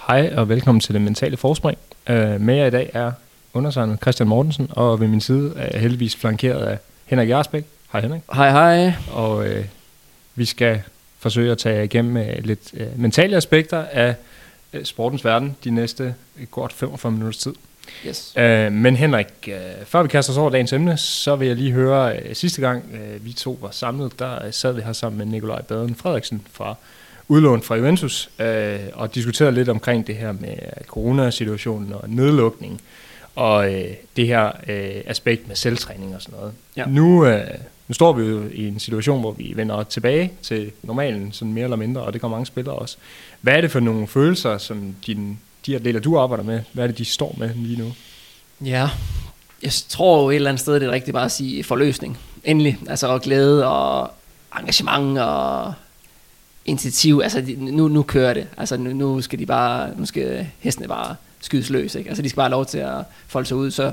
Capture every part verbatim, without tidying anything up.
Hej og velkommen til Det Mentale Forspring. Uh, med jer i dag er undertegnet Christian Mortensen, og ved min side er jeg heldigvis flankeret af Henrik Jarsbæk. Hej Henrik. Hej hej. Og uh, vi skal forsøge at tage igennem uh, lidt uh, mentale aspekter af uh, sportens verden de næste uh, godt femogfyrre minutters tid. Yes. Uh, men Henrik, uh, før vi kaster os over dagens emne, så vil jeg lige høre, uh, sidste gang uh, vi to var samlet, der uh, sad vi her sammen med Nikolaj Baden Frederiksen fra udlånt fra Juventus, øh, og diskuterede lidt omkring det her med coronasituationen og nedlukning, og øh, det her øh, aspekt med selvtræning og sådan noget. Ja. Nu, øh, nu står vi jo i en situation, hvor vi vender tilbage til normalen, sådan mere eller mindre, og det gør mange spillere også. Hvad er det for nogle følelser, som din, de atleter, du arbejder med, hvad er det, de står med lige nu? Ja, jeg tror jo et eller andet sted, det er rigtigt bare at sige forløsning. Endelig, altså glæde og engagement og initiativ, altså nu, nu kører det, altså nu, nu skal de bare, nu skal hestene bare skydes løs, ikke? Altså de skal bare have lov til at folde sig ud, så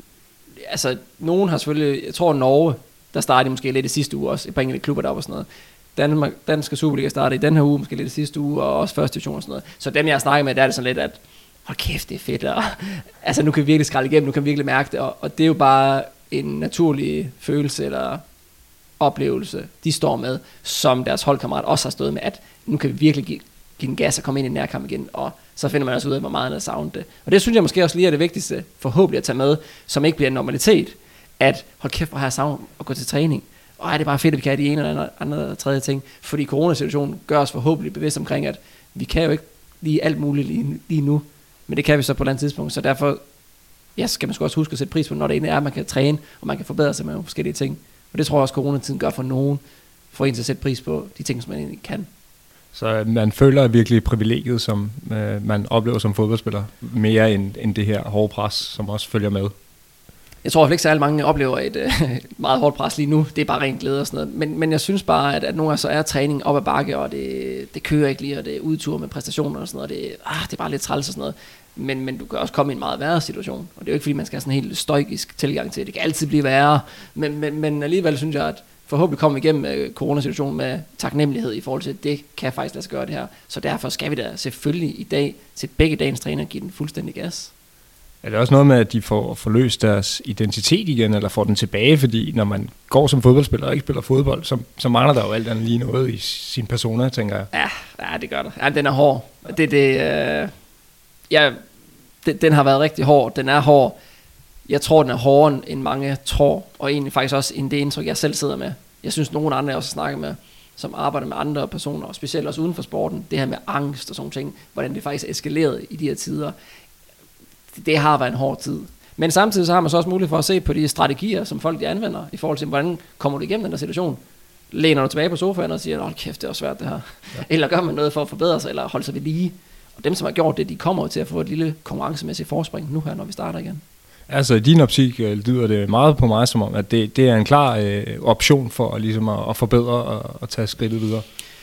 altså nogen har selvfølgelig, jeg tror Norge, der startede måske lidt i sidste uge også, et par enkelte klubber deroppe og sådan noget, Danmark, Danske Superliga startede i den her uge, måske lidt i sidste uge, og også første division og sådan noget, så dem jeg snakker med, der er det sådan lidt, at hold kæft, det er fedt, og altså nu kan vi virkelig skralde igennem, nu kan vi virkelig mærke det, og, og det er jo bare en naturlig følelse, eller oplevelse, de står med, som deres holdkammerat også har stået med, at nu kan vi virkelig give, give den gas og komme ind i en nærkamp igen, og så finder man også ud af, hvor meget der savner det. Og det synes jeg måske også lige er det vigtigste, forhåbentlig at tage med, som ikke bliver en normalitet, at hold kæft, hvor har jeg savnet at gå til træning, og er det bare fedt, at vi kan de ene eller andre, andre tredje ting, fordi coronasituationen gør os forhåbentlig bevidst omkring, at vi kan jo ikke lige alt muligt lige, lige nu, men det kan vi så på et eller andet tidspunkt, så derfor ja, skal man sgu også huske at sætte pris på, når det ene er, at man kan træne, og man kan forbedre sig med forskellige ting. Og det tror jeg også, coronatiden gør for nogen, for en til at sætte pris på de ting, som man egentlig kan. Så man føler virkelig privilegiet, som øh, man oplever som fodboldspiller, mere end, end det her hårde pres, som også følger med. Jeg tror ikke, særlig mange oplever et øh, meget hårdt pres lige nu. Det er bare ren glæde og sådan noget. Men, men jeg synes bare, at, at nogle gange så er træning op ad bakke, og det, det kører ikke lige, og det er udtur med præstationer og sådan noget. Det, ah, det er bare lidt træls og sådan noget. Men, men du kan også komme i en meget værre situation. Og det er jo ikke, fordi man skal have sådan en helt stoikisk tilgang til det. Det kan altid blive værre. Men, men, men alligevel synes jeg, at forhåbentlig kommer vi igennem øh, coronasituationen med taknemmelighed i forhold til, at det kan faktisk lade sig gøre det her. Så derfor skal vi da selvfølgelig i dag til begge dagens træner give den fuldstændig gas. Er det også noget med, at de får forløst deres identitet igen, eller får den tilbage? Fordi når man går som fodboldspiller og ikke spiller fodbold, så, så mangler der jo alt andet lige noget i sin persona, tænker jeg. Ja, ja det gør der. Ja, den er hård. Det, det, øh, ja, det, den har været rigtig hård. Den er hård. Jeg tror, den er hårdere, end mange tror. Og egentlig faktisk også end det indtryk, jeg selv sidder med. Jeg synes, nogle andre jeg også snakker med, som arbejder med andre personer, og specielt også uden for sporten, det her med angst og sådan ting, hvordan det faktisk er eskaleret i de her tider. Det har været en hård tid. Men samtidig så har man så også mulighed for at se på de strategier, som folk de anvender, i forhold til, hvordan kommer du igennem den der situation. Læner du tilbage på sofaen og siger, hold kæft, det er svært det her. Ja. Eller gør man noget for at forbedre sig, eller holde sig ved lige. Og dem, som har gjort det, de kommer til at få et lille konkurrencemæssigt forspring nu her, når vi starter igen. Altså i din optik øh, lyder det meget på mig som om, at det, det er en klar øh, option for ligesom at, at forbedre og at tage skridtet videre.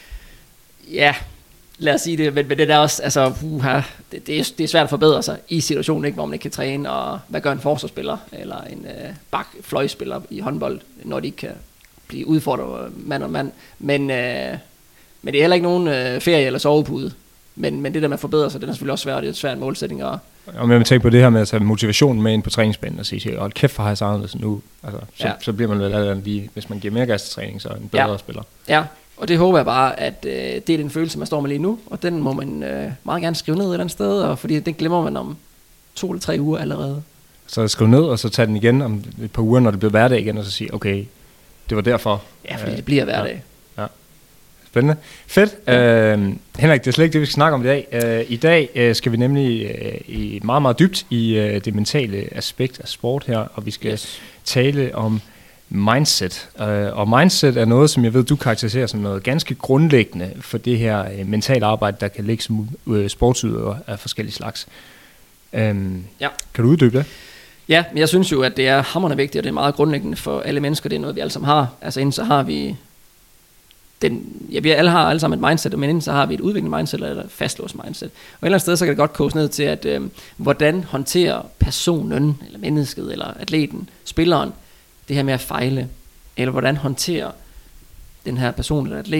Ja, lad os sige det, men, men det er også, altså, uha, det, det, er, det er svært at forbedre sig i situationen, ikke, hvor man ikke kan træne, og hvad gør en forsvarsspiller, eller en øh, bak-fløjspiller i håndbold, når de ikke kan blive udfordret mand og mand. Men, øh, men det er heller ikke nogen øh, ferie eller sovepude. Men, men det der med at forbedre sig, det er selvfølgelig også svært, det er et svært målsætning. Og og man vil tænke på det her med at tage motivationen med ind på træningsbanen og sige, hold kæft, for har jeg savnet det nu. Altså, så, ja. så bliver man vel allerede lige, hvis man giver mere gas til træning, så en bedre ja. spiller. Ja, og det håber jeg bare, at øh, det er den følelse, man står med lige nu, og den må man øh, meget gerne skrive ned et eller andet sted, og fordi den glemmer man om to eller tre uger allerede. Så skriv ned, og så tage den igen om et par uger, når det bliver hverdag igen, og så sige, okay, det var derfor. Ja, fordi øh, det bliver hverdag. Ja. ja. Spændende. Fedt. Ja. Øh, Henrik, det er slet ikke det, vi skal snakke om i dag. Øh, I dag øh, skal vi nemlig øh, i meget, meget dybt i øh, det mentale aspekt af sport her, og vi skal yes. tale om mindset. Uh, og mindset er noget, som jeg ved, du karakteriserer som noget ganske grundlæggende for det her uh, mentale arbejde, der kan ligge som uh, sportsudøver af forskellige slags. Um, ja. Kan du uddybe det? Ja, men jeg synes jo, at det er hamrende vigtigt, og det er meget grundlæggende for alle mennesker. Det er noget, vi alle sammen har. Altså inden så har vi den, ja, vi alle har alle sammen et mindset, men inden så har vi et udviklende mindset eller et fastlåst mindset. Og et eller andet sted, så kan det godt koges ned til, at øh, hvordan håndterer personen, eller mennesket, eller atleten, spilleren, det her med at fejle, eller hvordan håndterer den her person eller atlet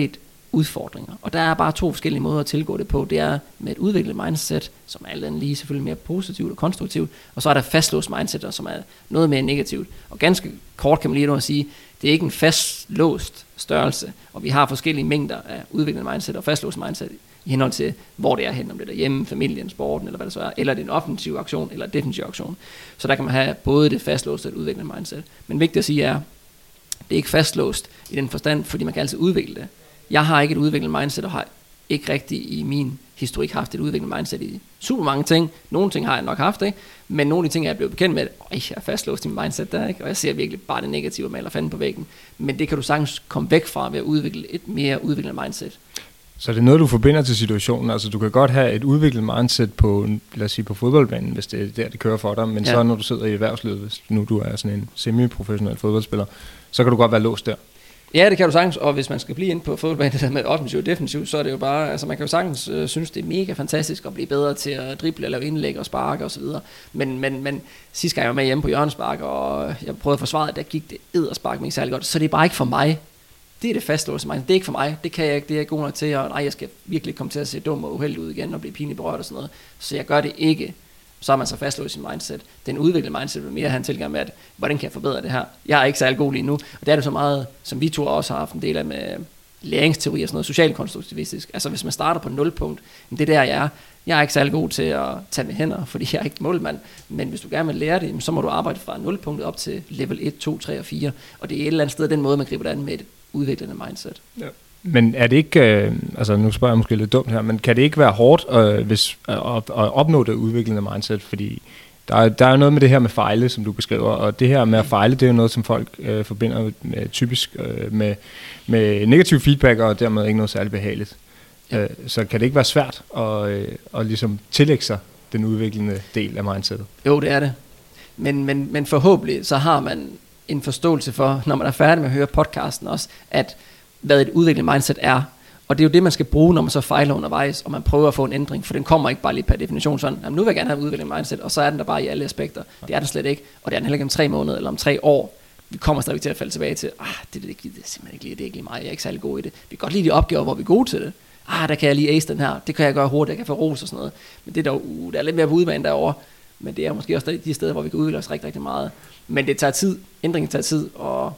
udfordringer. Og der er bare to forskellige måder at tilgå det på. Det er med et udviklet mindset, som er alt andet lige selvfølgelig mere positivt og konstruktivt, og så er der fastlåst mindset, som er noget mere negativt. Og ganske kort kan man lige nu at sige, det er ikke en fastlåst størrelse, og vi har forskellige mængder af udviklet mindset og fastlåst mindset i henhold til, hvor det er hen, om det er derhjemme, familien, sporten, eller hvad det så er, eller det er en offensiv aktion, eller en defensiv aktion. Så der kan man have både det fastlåste og det udviklede mindset. Men vigtigt at sige er, det er ikke fastlåst i den forstand, fordi man kan altid udvikle det. Jeg har ikke et udviklet mindset, og har ikke rigtig i min historik haft et udviklet mindset i super mange ting. Nogle ting har jeg nok haft, ikke? Men nogle af de ting, jeg er blevet bekendt med, og jeg er fastlåst i min mindset der, ikke? Og jeg ser virkelig bare det negative og maler fanden på væggen. Men det kan du sagtens komme væk fra ved at udvikle et mere udviklet mindset. Så det er noget, du forbinder til situationen. Altså, du kan godt have et udviklet mindset på, lad os sige, på fodboldbanen, hvis det er der, det kører for dig. Men ja. Så når du sidder i erhvervslivet, hvis nu du er sådan en semi-professionel fodboldspiller, så kan du godt være låst der. Ja, det kan du sagtens, og hvis man skal blive inde på fodboldbanen, det der med offensiv og defensiv, så er det jo bare, altså man kan jo sagtens øh, synes, det er mega fantastisk at blive bedre til at drible, lave indlæg og sparke osv. Men, men, men sidste gang jeg var med hjemme på hjørnespark, og jeg prøvede at forsvare det, der gik det edderspark mig ikke særlig godt, så det er bare ikke for mig. Det er det fastlåste mig. Det er ikke for mig. Det kan jeg ikke. Det er jeg god nok til, og nej, jeg skal virkelig komme til at se dum og uheldig ud igen og blive pinligt berørt og sådan noget. Så jeg gør det ikke. Så er man så fastlåst i sin mindset. Den udviklede mindset vil mere have en tilgang med, at hvordan kan jeg forbedre det her? Jeg er ikke særlig god lige nu, og det er det så meget, som vi to også har haft en del af med læringsteori og sådan noget, socialkonstruktivistisk. Altså hvis man starter på nulpunkt, det er der jeg er. Jeg er ikke særlig god til at tage med hænder, fordi jeg er ikke målmand, men hvis du gerne vil lære det, så må du arbejde fra nulpunktet op til level et, to, tre og fire, og det er et eller andet sted den måde, man griber det an med et udviklende mindset. Ja. Men er det ikke, øh, altså nu spørger jeg måske lidt dumt her, men kan det ikke være hårdt øh, hvis, øh, at, at opnå det udviklende mindset, fordi der er, der er noget med det her med fejle, som du beskriver, og det her med at fejle, det er jo noget, som folk øh, forbinder med, typisk øh, med, med negativ feedback, og dermed ikke noget særligt behageligt. Ja. Øh, så kan det ikke være svært at, øh, at ligesom tillægge sig den udviklende del af mindsetet? Jo, det er det. Men, men, men forhåbentlig så har man en forståelse for, når man er færdig med at høre podcasten også, at hvad et udviklet mindset er. Og det er jo det, man skal bruge, når man så fejler undervejs, og man prøver at få en ændring, for den kommer ikke bare lige per definition sådan, jamen nu vil jeg gerne have et udviklet mindset, og så er den der bare i alle aspekter. Det er den slet ikke, og det er den heller ikke om tre måneder eller om tre år. Vi kommer stadig til at falde tilbage til, ah, det, det, det, det er simpelthen ikke lige, det er ikke lige mig, jeg er ikke særlig god i det. Vi kan godt lide de opgaver, hvor vi er gode til det. Ah, der kan jeg lige ace den her, det kan jeg gøre hurtigt, jeg kan få ros og sådan noget. Men det er dog, uh, der er lidt mere på udbanen derovre, men det er måske også de steder, hvor vi kan udvikle os rigtig, rigtig meget. Men det tager tid, ændringen tager tid, og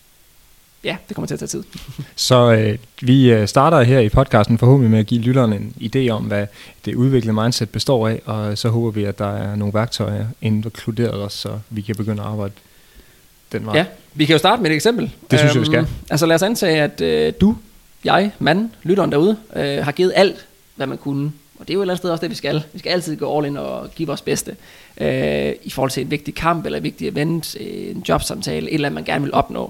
ja, det kommer til at tage tid. Så øh, vi starter her i podcasten forhåbentlig med at give lytterne en idé om, hvad det udviklede mindset består af, og så håber vi, at der er nogle værktøjer inkluderet os, så vi kan begynde at arbejde den vej. Ja, vi kan jo starte med et eksempel. Det synes øhm, jeg, vi skal. Altså lad os antage, at øh, du, jeg, manden, lytteren derude, øh, har givet alt, hvad man kunne. Og det er jo et eller andet sted også det, vi skal. Vi skal altid gå all in og give vores bedste. Øh, I forhold til en vigtig kamp, eller et vigtigt event, en jobsamtale, et eller andet, man gerne vil opnå.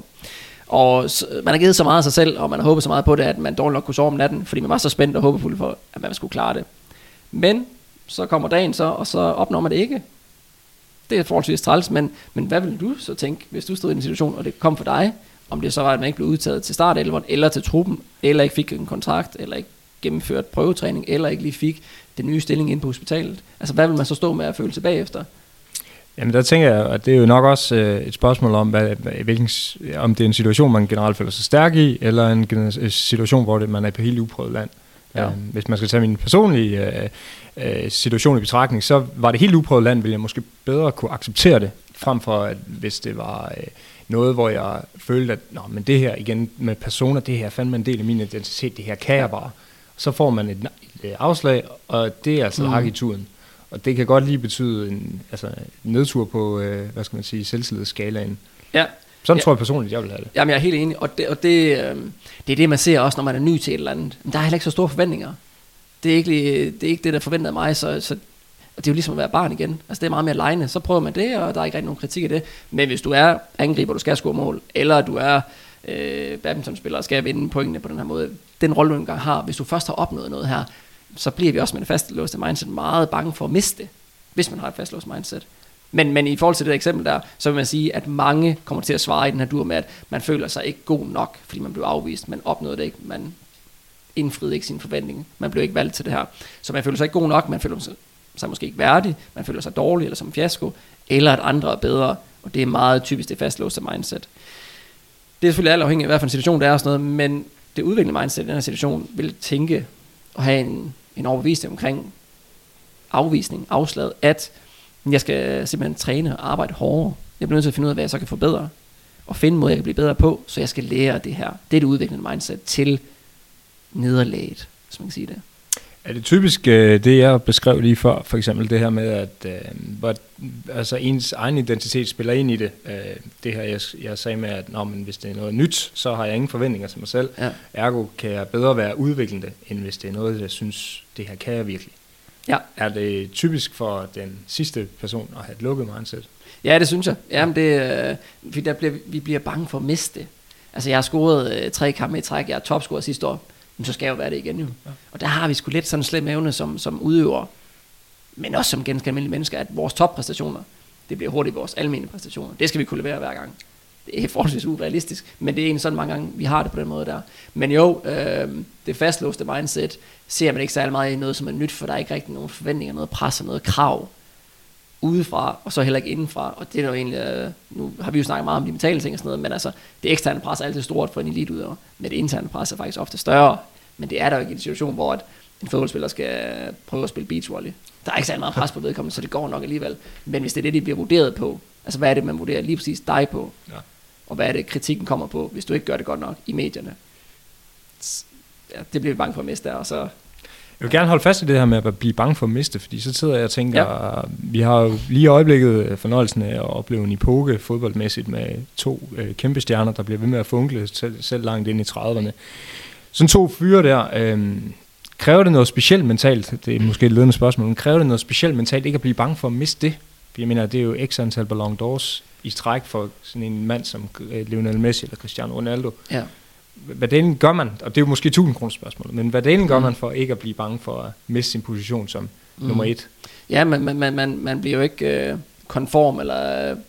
Og man har givet så meget af sig selv, og man har håbet så meget på det, at man dårligt nok kunne sove om natten, fordi man var så spændt og håbefuld for, at man skulle klare det. Men så kommer dagen så, og så opnår man det ikke. Det er forholdsvis træls, men, men hvad ville du så tænke, hvis du stod i en situation, og det kom for dig, om det så var, at man ikke blev udtaget til startelveren, eller til truppen, eller ikke fik en kontrakt, eller ikke gennemført prøvetræning, eller ikke lige fik den nye stilling inde på hospitalet. Altså hvad vil man så stå med at føle tilbage efter? Jamen der tænker jeg, at det er jo nok også øh, et spørgsmål om, hvad, hvilken, om det er en situation, man generelt føler sig stærk i, eller en situation, hvor det, man er på helt uprøvet land. Ja. Um, hvis man skal tage min personlige øh, øh, situation i betragtning, så var det helt uprøvet land, ville jeg måske bedre kunne acceptere det, frem for at hvis det var øh, noget, hvor jeg følte, at nå, men det her igen med personer, det her fandme en del af min identitet, det her kan jeg bare. Så får man et, et afslag, og det er altså mm. hak i tuden. Og det kan godt lige betyde en, altså, en nedtur på, øh, hvad skal man sige, selvtillidsskalaen. Ja. Sådan ja. tror jeg personligt, jeg vil have det. Jamen jeg er helt enig, og det, og det, øh, det er det, man ser også, når man er ny til et eller andet. Men der er heller ikke så store forventninger. Det er ikke, det, er ikke det, der forventer af mig, så, så det er jo ligesom at være barn igen. Altså det er meget mere legende. Så prøver man det, og der er ikke rigtig nogen kritik af det. Men hvis du er angriber, du skal score mål, eller du er øh, badmintonspiller og skal vinde pointene på den her måde, den rolle du engang har, hvis du først har opnået noget her, så bliver vi også med det fastlåste mindset meget bange for at miste det, hvis man har et fastlåst mindset. Men, men i forhold til det eksempel der, så vil man sige, at mange kommer til at svare i den her dur med, at man føler sig ikke god nok, fordi man blev afvist, man opnåede det ikke, man indfriede ikke sine forventninger, man blev ikke valgt til det her. Så man føler sig ikke god nok, man føler sig måske ikke værdig, man føler sig dårlig eller som fiasko, eller at andre er bedre, og det er meget typisk det fastlåste mindset. Det er selvfølgelig alt afhængigt af, hvad for en situation det er og sådan noget, men det udviklende mindset i den her situation vil tænke og have en, en overbevisning omkring afvisning, afslag, at jeg skal simpelthen træne og arbejde hårdere. Jeg bliver nødt til at finde ud af, hvad jeg så kan forbedre, og finde en måde, jeg kan blive bedre på, så jeg skal lære det her. Det er det udviklende mindset til nederlaget, hvis man kan sige det. Er det typisk øh, det, jeg beskrev lige før, for eksempel det her med, at øh, hvor, altså ens egen identitet spiller ind i det. Øh, det her, jeg, jeg sagde med, at når, men hvis det er noget nyt, så har jeg ingen forventninger til mig selv. Ja. Ergo kan jeg bedre være udviklende, end hvis det er noget, jeg synes, det her kan jeg virkelig. Ja. Er det typisk for den sidste person at have et lukket mindset? Ja, det synes jeg. Jamen det, øh, der bliver, vi bliver bange for at miste det. Altså jeg har scoret øh, tre kampe i træk, jeg er topscorer sidste år, men så skal jeg jo være det igen jo. Ja. Og der har vi sgu lidt sådan en slem evne som, som udøver, men også som ganske almindelige mennesker, at vores toppræstationer, det bliver hurtigt vores almindelige præstationer. Det skal vi kunne levere hver gang. Det er forholdsvis urealistisk, men det er egentlig sådan mange gange, vi har det på den måde der. Men jo, øh, det fastlåste mindset ser man ikke særlig meget i noget, som er nyt, for der er ikke rigtig nogen forventninger, noget pres og noget krav udefra, og så heller ikke indenfra. Og det er jo egentlig, øh, nu har vi jo snakket meget om de mentale ting og sådan noget, men altså, det eksterne pres er altid stort for en eliteudøver, men det interne pres er faktisk ofte større. Men det er der jo ikke i en situation, hvor en fodboldspiller skal prøve at spille beachvolley. Der er ikke særlig meget pres på vedkommende, så det går nok alligevel. Men hvis det er det, de bliver vurderet på, altså hvad er det, man vurderer lige præcis dig på, ja. Og hvad er det, kritikken kommer på, hvis du ikke gør det godt nok i medierne. Ja, det bliver vi bange for at miste der, og så... Jeg vil gerne holde fast i det her med at blive bange for at miste, fordi så sidder jeg og tænker, ja. Vi har jo lige i øjeblikket fornøjelsen af at opleve en epoke fodboldmæssigt med to øh, kæmpe stjerner, der bliver ved med at funkle selv, selv langt ind i trediverne. Sådan to fyre der, øh, kræver det noget specielt mentalt, det er måske et ledende spørgsmål, men kræver det noget specielt mentalt ikke at blive bange for at miste det? For jeg mener, det er jo x antal Ballon d'Ors i træk for sådan en mand som Lionel Messi eller Cristiano Ronaldo. Ja. Hvad delen gør man, og det er jo måske tusind kroner spørgsmål, men hvad delen gør mm. man for ikke at blive bange for at miste sin position som mm. nummer et? Ja, man, man, man, man bliver jo ikke øh, konform eller øh,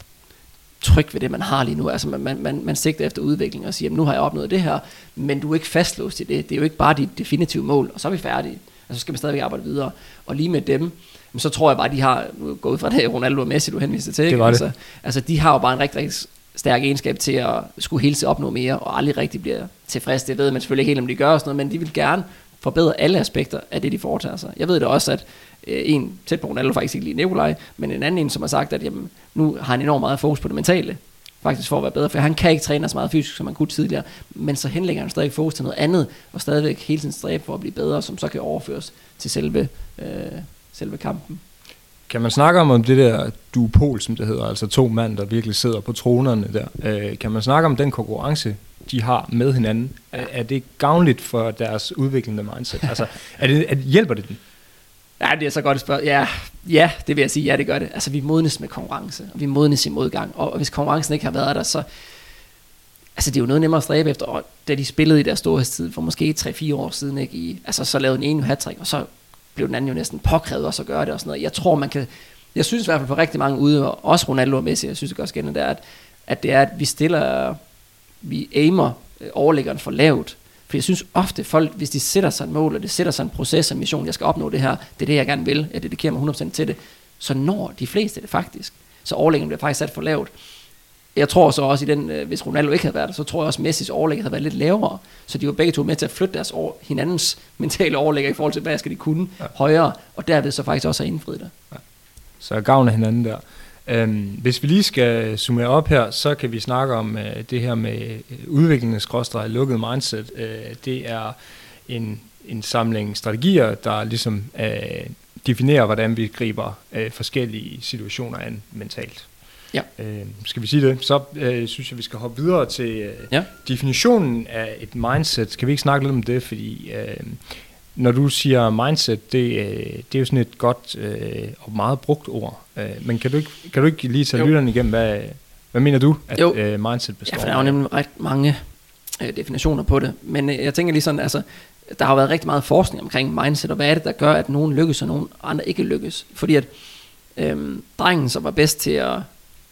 tryg ved det, man har lige nu. Altså man, man, man, man sigter efter udvikling og siger, jamen, nu har jeg opnået det her, men du er ikke fastlåst i det. Det er jo ikke bare dit definitive mål, og så er vi færdige. Og så skal man stadigvæk arbejde videre. Og lige med dem, så tror jeg bare, de har, nu gået fra det, Ronaldo og Messi, du henviste til, ikke? Det var det. Altså, altså de har jo bare en rigtig, rigtig stærk egenskab til at skulle hele tiden opnå mere, og aldrig rigtig bliver tilfreds. Det ved man selvfølgelig ikke helt, om de gør og sådan noget, men de vil gerne forbedre alle aspekter af det, de foretager sig. Jeg ved det også, at øh, en tæt på Ronaldo faktisk ikke lige Nikolaj, men en anden en, som har sagt, at jamen, nu har han enormt meget fokus på det mentale, faktisk for at være bedre, for han kan ikke træne så meget fysisk, som han kunne tidligere, men så henlægger han stadig fokus til noget andet, og stadigvæk hele tiden stræbe for at blive bedre, som så kan overføres til selve, øh, selve kampen. Kan man snakke om, om det der duopol, som det hedder, altså to mænd, der virkelig sidder på tronerne der, øh, kan man snakke om den konkurrence, de har med hinanden? Er, er det gavnligt for deres udviklende mindset? Altså, er det, er, hjælper det den? Ja, det er så godt et spørgsmål. Ja, ja, det vil jeg sige, ja, det gør det. Altså, vi modnes med konkurrence, og vi modnes i modgang, og hvis konkurrencen ikke har været der, så... Altså, det er jo noget nemmere at stræbe efter, og da de spillede i deres storhedstid for måske tre fire år siden, ikke, i, altså, så lavede den ene jo hat-trick, og så blev den anden jo næsten påkrævet også at gøre det og sådan noget. Jeg tror, man kan... Jeg synes i hvert fald for rigtig mange ude, og også Ronaldo og Messi, jeg synes det også igen, det er, at, at det er, at vi stiller... Vi aimer overliggeren for lavt. For jeg synes ofte, folk, hvis de sætter sig en mål, og det sætter sig en proces og mission, jeg skal opnå det her, det er det, jeg gerne vil, jeg dedikerer mig hundrede procent til det, så når de fleste det faktisk. Så overliggeren bliver faktisk sat for lavt. Jeg tror så også i den, hvis Ronaldo ikke havde været der, så tror jeg også, at Messis overligger havde været lidt lavere. Så de var begge to med til at flytte deres over, hinandens mentale overligger i forhold til, hvad skal de kunne ja. højere, og derved så faktisk også have indfriet det. Ja. Så gavn af hinanden der. Øhm, hvis vi lige skal summere op her, så kan vi snakke om øh, det her med udviklende skråstreg lukket mindset. Øh, det er en, en samling strategier, der ligesom øh, definerer, hvordan vi griber øh, forskellige situationer an mentalt. Ja. Øh, skal vi sige det? Så øh, synes jeg, vi skal hoppe videre til øh, ja. definitionen af et mindset. Skal vi ikke snakke lidt om det? Fordi øh, når du siger mindset, det, øh, det er jo sådan et godt øh, og meget brugt ord. Øh, men kan du, ikke, kan du ikke lige tage lytterne igennem, hvad, hvad mener du, at øh, mindset består af? Ja, for der er jo nemlig ret mange øh, definitioner på det. Men øh, jeg tænker lige sådan, altså, der har været rigtig meget forskning omkring mindset, og hvad er det, der gør, at nogen lykkes, og nogen andre ikke lykkes? Fordi at øh, drengen, som var bedst til at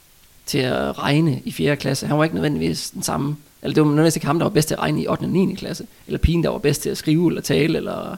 til at regne i fjerde klasse. Han var ikke nødvendigvis den samme, eller det var nødvendigvis ikke ham, der var bedst til at regne i ottende og niende klasse, eller pigen, der var bedst til at skrive, eller tale, eller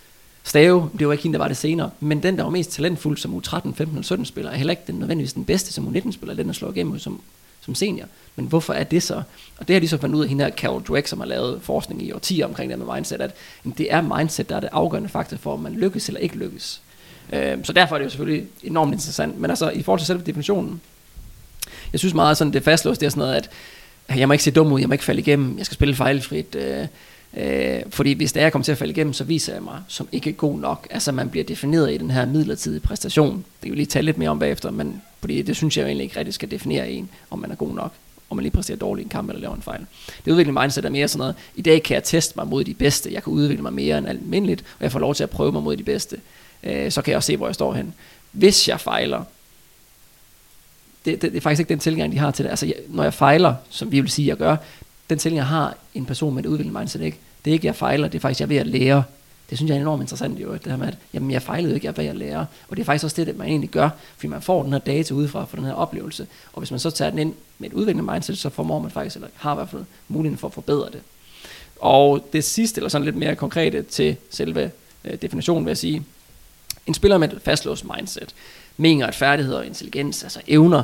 stave. Det var ikke hende, der var det senere. Men den, der var mest talentfuld som U tretten, femten eller sytten spiller, er heller ikke den nødvendigvis den bedste som U nitten spiller, den der slår igennem som, som senior. Men hvorfor er det så? Og det har de så fundet ud af, hende her Carol Dweck, som har lavet forskning i årtier omkring det med mindset, at jamen, det er mindset, der er det afgørende faktor for, om man lykkes eller ikke lykkes. Øh, så derfor er det jo selvfølgelig enormt interessant. Men altså, i forhold til selve definitionen, jeg synes meget sådan, det fastlåst, det er sådan noget, at jeg må ikke se dum ud, jeg må ikke falde igennem, jeg skal spille fejlfrit, øh, øh, fordi hvis det er, jeg kommer til at falde igennem, så viser jeg mig som ikke god nok. Altså man bliver defineret i den her midlertidige præstation. Det kan vi lige tale lidt mere om bagefter, men fordi det synes jeg jo egentlig ikke rigtig skal definere en, om man er god nok, om man lige præsterer dårligt i en kamp eller laver en fejl. Det udvikling mindset er mere sådan noget, i dag kan jeg teste mig mod de bedste, jeg kan udvikle mig mere end almindeligt, og jeg får lov til at prøve mig mod de bedste. Øh, så kan jeg også se, hvor jeg står hen. Hvis jeg fejler, Det, det, det er faktisk ikke den tilgang, de har til det. Altså, jeg, når jeg fejler, som vi vil sige, jeg gør, den tilgang, jeg har en person med et udviklet mindset, ikke? Det er ikke, jeg fejler, det er faktisk, jeg er ved at lære. Det synes jeg er enormt interessant, jo, det her med, at jamen, jeg fejlede ikke, jeg er ved at lære. Og det er faktisk også det, man egentlig gør, fordi man får den her data udefra for den her oplevelse. Og hvis man så tager den ind med et udviklet mindset, så formår man faktisk, eller har i hvert fald muligheden for at forbedre det. Og det sidste, eller sådan lidt mere konkrete til selve øh, definitionen, vil jeg sige, en spiller med et fastlåst mindset, mener at færdigheder og intelligens, altså evner,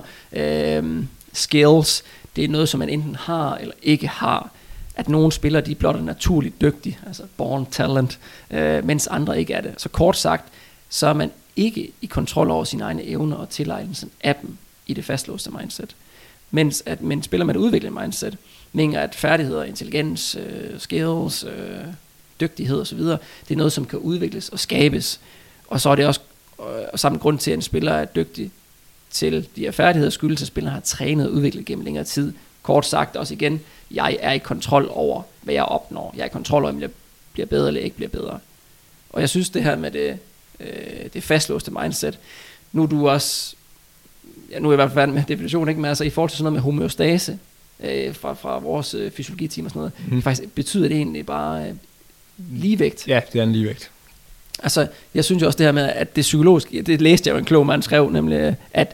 øh, skills, det er noget, som man enten har eller ikke har. At nogle spillere, de er blot naturligt dygtige, altså born talent, øh, mens andre ikke er det. Så kort sagt, så er man ikke i kontrol over sine egne evner og tilegnelsen af dem i det fastlåste mindset. Mens at man spiller med et udviklet mindset, mener at færdigheder, intelligens, øh, skills, øh, dygtighed osv., det er noget, som kan udvikles og skabes. Og så er det også og samme grund til, at en spiller er dygtig til de her færdigheder, skyldes, at spilleren har trænet og udviklet gennem længere tid. Kort sagt også igen, jeg er i kontrol over, hvad jeg opnår. Jeg er i kontrol over, om jeg bliver bedre eller ikke bliver bedre. Og jeg synes, det her med det, øh, det fastlåste mindset, nu er du også, ja, nu er jeg i hvert fald med definitionen, ikke, men altså i forhold til sådan noget med homeostase, øh, fra, fra vores øh, fysiologiteam og sådan noget, mm. faktisk betyder det egentlig bare øh, ligevægt. Ja, det er en ligevægt. Altså, jeg synes jo også det her med, at det psykologiske, det læste jeg jo en klog mand skrev, nemlig at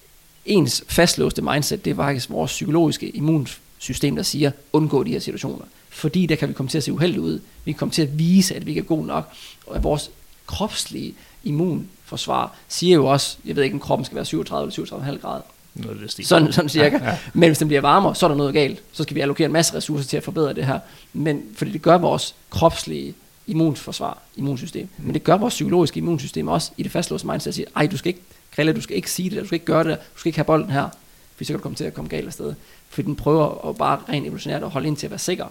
ens fastlåste mindset, det er faktisk vores psykologiske immunsystem, der siger, undgå de her situationer. Fordi der kan vi komme til at se uheldige ud. Vi kan komme til at vise, at vi ikke er gode nok. Og at vores kropslige immunforsvar siger jo også, jeg ved ikke, om kroppen skal være syvogtredive eller syvogtredive komma fem grader. Sådan, sådan cirka. Ja, ja. Men hvis den bliver varmere, så er der noget galt. Så skal vi allokere en masse ressourcer til at forbedre det her. Men fordi det gør vores kropslige immunforsvar, immunsystem. Men det gør vores psykologiske immunsystem også i det fastlåste mindset, at sige, ej, du skal ikke krille, du skal ikke sige det, du skal ikke gøre det, du skal ikke have bolden her, for så kan du komme til at komme galt afsted. Fordi den prøver at bare rent evolutionært at holde ind til at være sikker.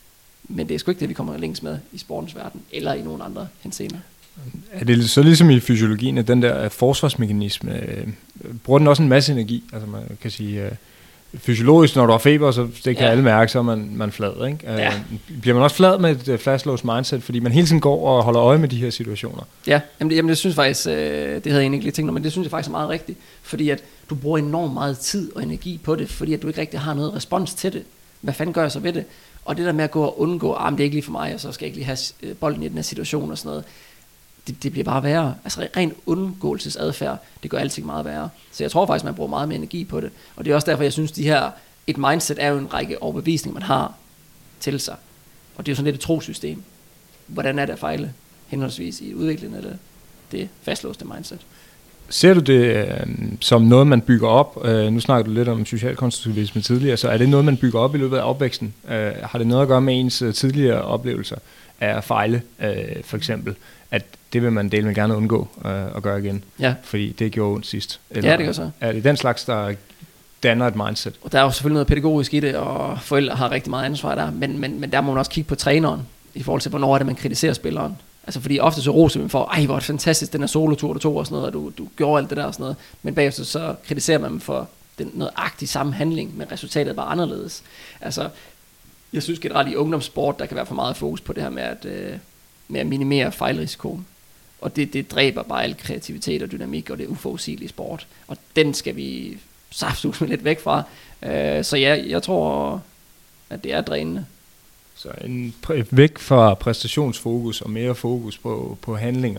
Men det er sgu ikke det, vi kommer længst med i sportens verden, eller i nogen andre henseender. Er det så ligesom i fysiologien, at den der forsvarsmekanisme, øh, bruger den også en masse energi? Altså man kan sige, øh, fysiologisk, når du har feber, så det kan ja. alle mærke, så er man, man flad, ikke? Ja. Øh, bliver man også flad med et uh, fastlåst mindset, fordi man hele tiden går og holder øje med de her situationer? Ja, jamen det, jamen det synes faktisk, øh, det havde jeg egentlig ikke lige tænkt om, men det synes jeg faktisk er meget rigtigt, fordi at du bruger enormt meget tid og energi på det, fordi at du ikke rigtig har noget respons til det. Hvad fanden gør jeg så ved det? Og det der med at gå og undgå, ah, det er ikke lige for mig, og så skal jeg ikke lige have bolden i den her situation og sådan noget, det, det bliver bare værre. Altså ren undgåelsesadfærd, det gør alting meget værre. Så jeg tror faktisk, man bruger meget mere energi på det. Og det er også derfor, jeg synes, de her, et mindset er jo en række overbevisninger, man har til sig. Og det er jo sådan lidt et trosystem. Hvordan er det at fejle, henholdsvis i udviklingen eller det fastlåste mindset? Ser du det øh, som noget, man bygger op? Øh, nu snakker du lidt om socialkonstruktivisme tidligere, så er det noget, man bygger op i løbet af opvæksten? Øh, har det noget at gøre med ens øh, tidligere oplevelser af at fejle, øh, for eksempel? At det vil man dele med gerne undgå øh, at gøre igen, ja. Fordi det gjorde ondt sidst. Eller ja, det gør så. Er det den slags, der danner et mindset? Og der er jo selvfølgelig noget pædagogisk i det, og forældre har rigtig meget ansvar der, men, men, men der må man også kigge på træneren, i forhold til, hvornår er det, man kritiserer spilleren. Altså fordi ofte så roser man for, ej hvor er det fantastisk, den her solotur du tog og sådan noget, og du, du gjorde alt det der og sådan noget, men bagefter så kritiserer man dem for den nøjagtige samme handling, men resultatet var anderledes. Altså, jeg synes generelt i ungdomssport, der kan være for meget fokus på det her med at, øh, med at minimere fejlrisikoen. Og det, det dræber bare al kreativitet og dynamik, og det er uforudsigelige sport. Og den skal vi saftsus med lidt væk fra. Øh, så ja, jeg tror, at det er drænende. Så en præ- væk fra præstationsfokus og mere fokus på, på handlinger.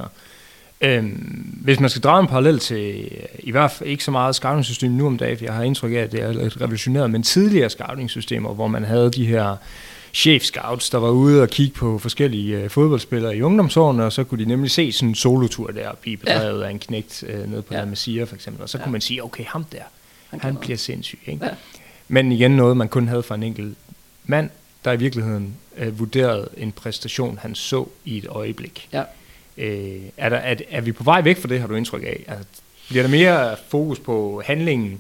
Øhm, hvis man skal drage en parallel til, i hvert fald ikke så meget scouting-system nu om dagen, for jeg har indtryk af, at det er lidt revolutioneret, men tidligere scouting-systemer, hvor man havde de her chef-scouts, der var ude og kigge på forskellige uh, fodboldspillere i ungdomsårene, og så kunne de nemlig se sådan en solotur der blive bedrevet ja. af en knægt uh, nede på ja. der Messiah for eksempel, og så ja. kunne man sige, okay, ham der, han, han bliver sindssyg, ikke? Ja. Men igen noget, man kun havde for en enkelt mand, der i virkeligheden øh, vurderede en præstation, han så i et øjeblik. Ja. Øh, er, der, er, er vi på vej væk fra det, har du indtryk af? Altså, bliver der mere fokus på handlingen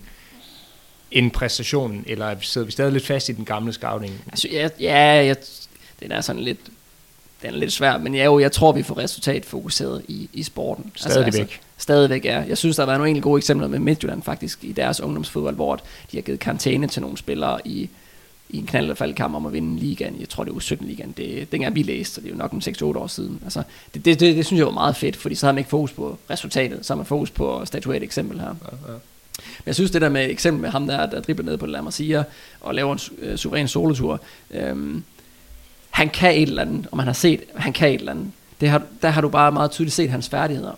end præstationen, eller sidder vi stadig lidt fast i den gamle scouting? Altså, ja, ja jeg, den er sådan lidt, den er lidt svær, men ja, jo, jeg tror, vi får resultatfokuseret i, i sporten. Stadigvæk. Altså, altså, stadigvæk, ja. Jeg synes, der har været nogle egentlig gode eksempler med Midtjylland faktisk i deres ungdomsfodbold, hvor de har givet karantæne til nogle spillere i, i en knald- og faldkamp om at vinde ligaen. Jeg tror, det er U sytten-ligaen. Det, dengang vi læste, så det er jo nok en seks otte år siden. Altså, det, det, det, det synes jeg var meget fedt, fordi så har man ikke fokus på resultatet, så har man fokus på at statuere et eksempel her. Ja, ja. Men jeg synes, det der med eksempel med ham der, der dribler ned på La Masia og laver en øh, suveræn solotur, øhm, han kan et eller andet, og man har set, han kan et eller andet. Det har, der har du bare meget tydeligt set hans færdigheder.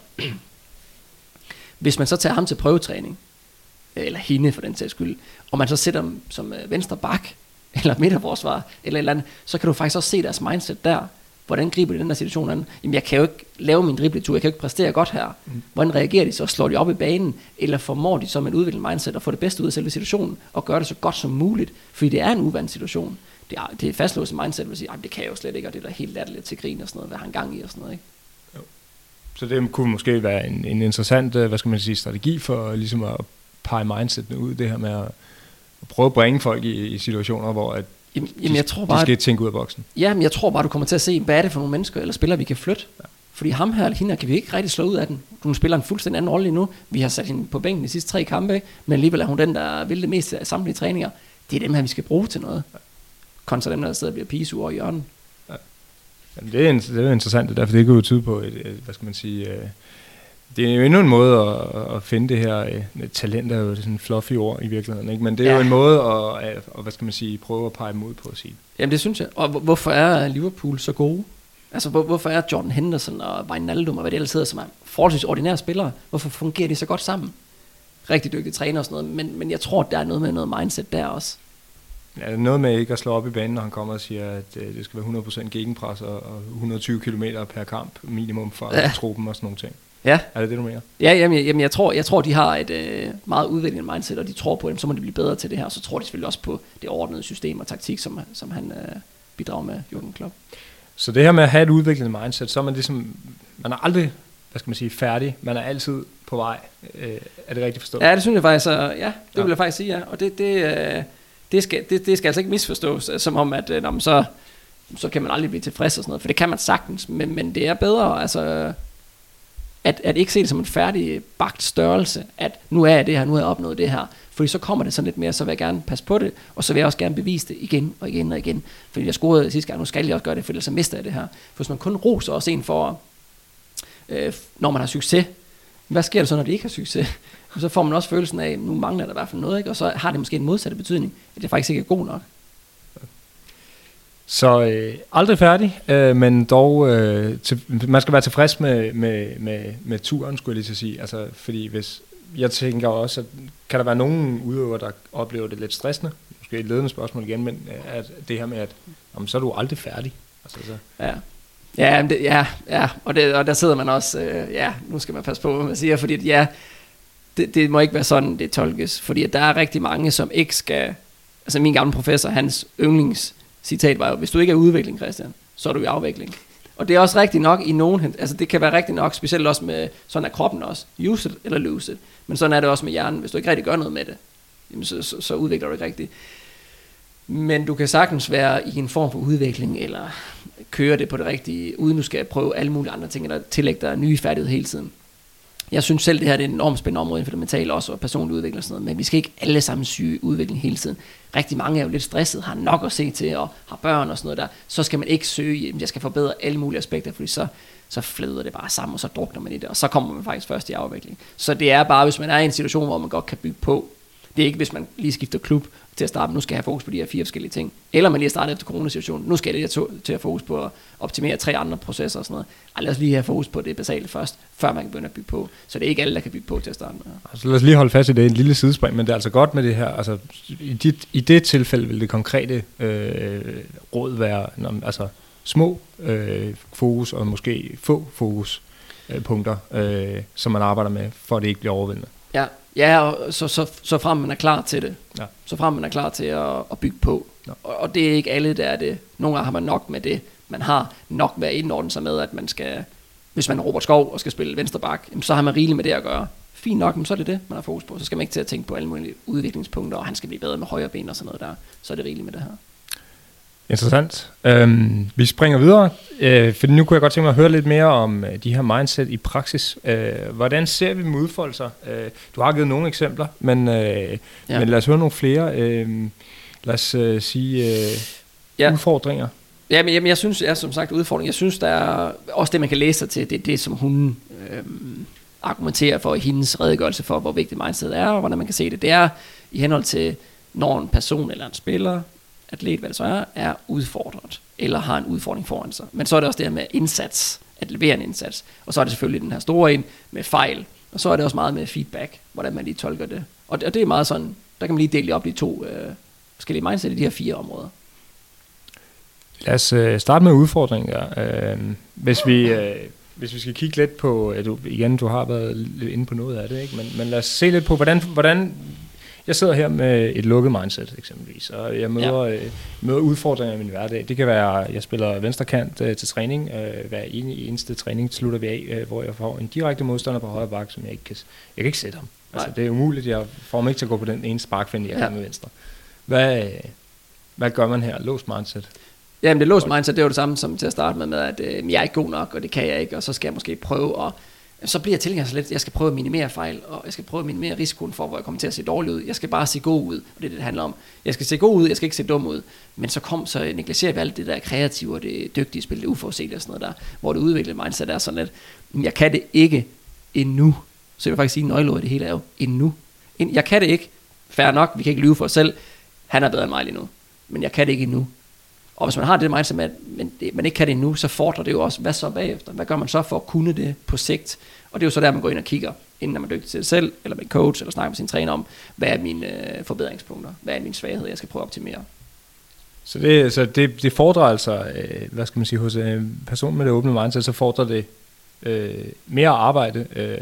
Hvis man så tager ham til prøvetræning, eller hende for den sags skyld, og man så sætter dem som øh, venstre bak, eller midterforsvar, eller et eller andet, så kan du faktisk også se deres mindset der. Hvordan griber de den der situation an? Jamen, jeg kan jo ikke lave min dribletur, jeg kan jo ikke præstere godt her. Mm. Hvordan reagerer de så? Slår de op i banen, eller formår de så med et udviklet mindset at få det bedste ud af selve situationen, og gøre det så godt som muligt? Fordi det er en uvant situation. Det er, det er fastlåst mindset, vil sige, det kan jeg jo slet ikke, og det er da helt latterligt til grin og sådan noget, hvad han gang i og sådan noget, ikke? Jo. Så det kunne måske være en, en interessant, hvad skal man sige, strategi for ligesom at pege mindsetene ud, det her med at, at prøve at bringe folk i, i situationer, hvor at Jamen, jamen, jeg tror bare, de skal tænke ud af boksen. Ja, men jeg tror bare, du kommer til at se, hvad er det for nogle mennesker eller spillere, vi kan flytte. Ja. Fordi ham her eller hende kan vi ikke rigtig slå ud af den. Hun spiller en fuldstændig anden rolle nu. Vi har sat hende på bænken de sidste tre kampe, ikke? Men alligevel er hun den, der vil det meste af samtlige træninger. Det er dem her, vi skal bruge til noget. Ja. Kontra dem, der sidder og bliver pigesure i hjørnen. Ja. Jamen, det, er, det er interessant, det der, for det kan jo tyde på et, et, hvad skal man sige, øh, det er jo endnu en måde at, at finde det her øh, talent, er jo sådan en fluffy ord i virkeligheden, ikke? Men det er ja. jo en måde at, at, at, hvad skal man sige, prøve at pege mod på at sige. Jamen det synes jeg. Og hvorfor er Liverpool så gode? Altså hvor, hvorfor er Jordan Henderson og Wijnaldum og hvad det ellers hedder, som er forholdsvis ordinære spillere, hvorfor fungerer de så godt sammen? Rigtig dygtige træner og sådan noget, men, men jeg tror, der er noget med noget mindset der også. Ja, noget med ikke at slå op i banen, når han kommer og siger, at øh, det skal være hundrede procent gegenpres og, og hundrede og tyve kilometer per kamp minimum for ja. truppen og sådan nogle ting. Ja. Er det det, du mener? Ja, jamen, jamen jeg, tror, jeg tror, de har et øh, meget udviklet mindset, og de tror på dem, så må de blive bedre til det her, og så tror de selvfølgelig også på det ordnede system og taktik, som, som han øh, bidrager med, Jürgen Klopp. Så det her med at have et udviklet mindset, så er man ligesom, man er aldrig, hvad skal man sige, færdig, man er altid på vej. Øh, er det rigtigt forstået? Ja, det synes jeg faktisk, ja, det ja. vil jeg faktisk sige, ja. Og det, det, øh, det, skal, det, det skal altså ikke misforstås, som om, at øh, når så, så kan man aldrig blive tilfreds og sådan noget, for det kan man sagtens, men, men det er bedre, altså At, at ikke se det som en færdig bagt størrelse, at nu er jeg det her, nu har jeg opnået det her, fordi så kommer det sådan lidt mere, så vil jeg gerne passe på det, og så vil jeg også gerne bevise det igen og igen og igen, fordi jeg scorede sidste gang, nu skal jeg også gøre det, for ellers så mister jeg det her. For hvis man kun roser også en for, øh, når man har succes, hvad sker der så, når de ikke har succes? Og så får man også følelsen af, nu mangler der i hvert fald noget, ikke? Og så har det måske en modsatte betydning, at det faktisk ikke er god nok. Så øh, aldrig færdig, øh, men dog, øh, til, man skal være tilfreds med, med, med, med turen, skulle jeg lige til at sige. Altså, fordi hvis, jeg tænker også, at kan der være nogen udøvere, der oplever det lidt stressende, måske et ledende spørgsmål igen, men at det her med, at jamen, så er du aldrig færdig. Altså, så. Ja. Ja, det, ja, ja. Og, det, og der sidder man også, øh, ja, nu skal man passe på, hvad man siger, fordi at, ja, det, det må ikke være sådan, det tolkes, fordi at der er rigtig mange, som ikke skal, altså min gamle professor, hans yndlings citat var jo, hvis du ikke er i udvikling, Christian, så er du i afvikling. Og det er også rigtigt nok i nogen, altså det kan være rigtigt nok, specielt også med, sådan er kroppen også, use it eller lose it, men sådan er det også med hjernen, hvis du ikke rigtig gør noget med det, jamen så, så, så udvikler du ikke rigtigt. Men du kan sagtens være i en form for udvikling, eller køre det på det rigtige, uden du skal prøve alle mulige andre ting, eller tillægge dig nye færdigheder hele tiden. Jeg synes selv, det her det er en enormt spændende område for det mentale også, og personlig udvikling og sådan noget, men vi skal ikke alle sammen syge udvikling hele tiden. Rigtig mange er jo lidt stresset, har nok at se til, og har børn og sådan noget der. Så skal man ikke søge, jamen jeg skal forbedre alle mulige aspekter, fordi så, så flæder det bare sammen, og så drukner man i det, og så kommer man faktisk først i afvikling. Så det er bare, hvis man er i en situation, hvor man godt kan bygge på. Det er ikke, hvis man lige skifter klub til at starte, nu skal jeg have fokus på de her fire forskellige ting. Eller man lige har startet efter coronasituationen, nu skal jeg lige til at have fokus på at optimere tre andre processer og sådan noget. Ej, lad os lige have fokus på det basale først, før man kan begynde at bygge på. Så det er ikke alle, der kan bygge på til at starte med. Altså lad os lige holde fast i det, en lille sidespring, men det er altså godt med det her. Altså i, dit, i det tilfælde vil det konkrete øh, råd være altså, små øh, fokus og måske få fokus øh, punkter, øh, som man arbejder med, for at det ikke bliver overvældende. Ja, ja og så, så, så frem man er klar til det. Ja. Så frem man er klar til at, at bygge på. Ja. Og, og det er ikke alle, der er det. Nogle gange har man nok med det. Man har nok med at indordne sig med, at man skal, hvis man er Robert Skov og skal spille venstre bak, så har man rigeligt med det at gøre. Fint nok, men så er det det, man har fokus på. Så skal man ikke til at tænke på alle mulige udviklingspunkter, og han skal blive bedre med højre ben og sådan noget der. Så er det rigeligt med det her. Interessant. Øhm, vi springer videre, øh, for nu kunne jeg godt tænke mig at høre lidt mere om øh, de her mindset i praksis. Øh, hvordan ser vi dem udfolde sig? Øh, du har givet nogle eksempler, men, øh, ja. men lad os høre nogle flere. Øh, lad os øh, sige øh, ja. udfordringer. Ja, men jamen, jeg synes, ja, som sagt, udfordring. Jeg synes, der er også det, man kan læse sig til, det er det, som hun øh, argumenterer for i hendes redegørelse for, hvor vigtigt mindset er, og hvordan man kan se det. Det er i henhold til, når en person eller en spiller, atlet, hvad det så er, er udfordret, eller har en udfordring foran sig. Men så er det også det her med indsats, at levere en indsats. Og så er det selvfølgelig den her store en med fejl, og så er det også meget med feedback, hvordan man lige tolker det. Og det, og det er meget sådan, der kan man lige dele op i to øh, forskellige mindset i de her fire områder. Lad os øh, starte med udfordringer. Øh, hvis, vi, øh, hvis vi skal kigge lidt på, ja, du, igen, du har været inde på noget af det, ikke? Men, men lad os se lidt på, hvordan, hvordan jeg sidder her med et lukket mindset eksempelvis, og jeg møder, ja. øh, møder udfordringer i min hverdag. Det kan være, jeg spiller venstrekant øh, til træning. Øh, hver eneste træning slutter vi af, øh, hvor jeg får en direkte modstander på højre bak, som jeg ikke kan, jeg kan ikke sætte ham. Altså, det er umuligt, jeg får mig ikke til at gå på den ene sparkfinde, jeg ja. kan med venstre. Hvad, hvad gør man her? Låst mindset? Jamen det låst mindset, det er jo det samme som til at starte med, med at øh, jeg er ikke god nok, og det kan jeg ikke, og så skal jeg måske prøve at, så bliver jeg tilhænger lidt, jeg skal prøve at minimere fejl, og jeg skal prøve at minimere risikoen for, hvor jeg kommer til at se dårlig ud. Jeg skal bare se god ud, og det er det, det handler om. Jeg skal se god ud, jeg skal ikke se dum ud. Men så kom, så negligerer vi alt det der kreative, og det dygtige spil, det uforudselige og sådan noget der, hvor det udviklede mindset er sådan lidt, jeg kan det ikke endnu. Så jeg vil faktisk sige, nøgleordet i det hele er jo endnu. Jeg kan det ikke, fair nok, vi kan ikke lyve for os selv, han er bedre end mig lige nu, men jeg kan det ikke endnu. Og hvis man har det mindset med, at man ikke kan det endnu, så fordrer det jo også, hvad så bagefter? Hvad gør man så for at kunne det på sigt? Og det er jo så der, man går ind og kigger, inden man er dygtig til det selv, eller med en coach, eller snakker med sin træner om, hvad er mine øh, forbedringspunkter? Hvad er min svaghed, jeg skal prøve at optimere? Så det, så det, det fordrer altså, øh, hvad skal man sige, hos en person med det åbne mindset, så fordrer det øh, mere arbejde, øh,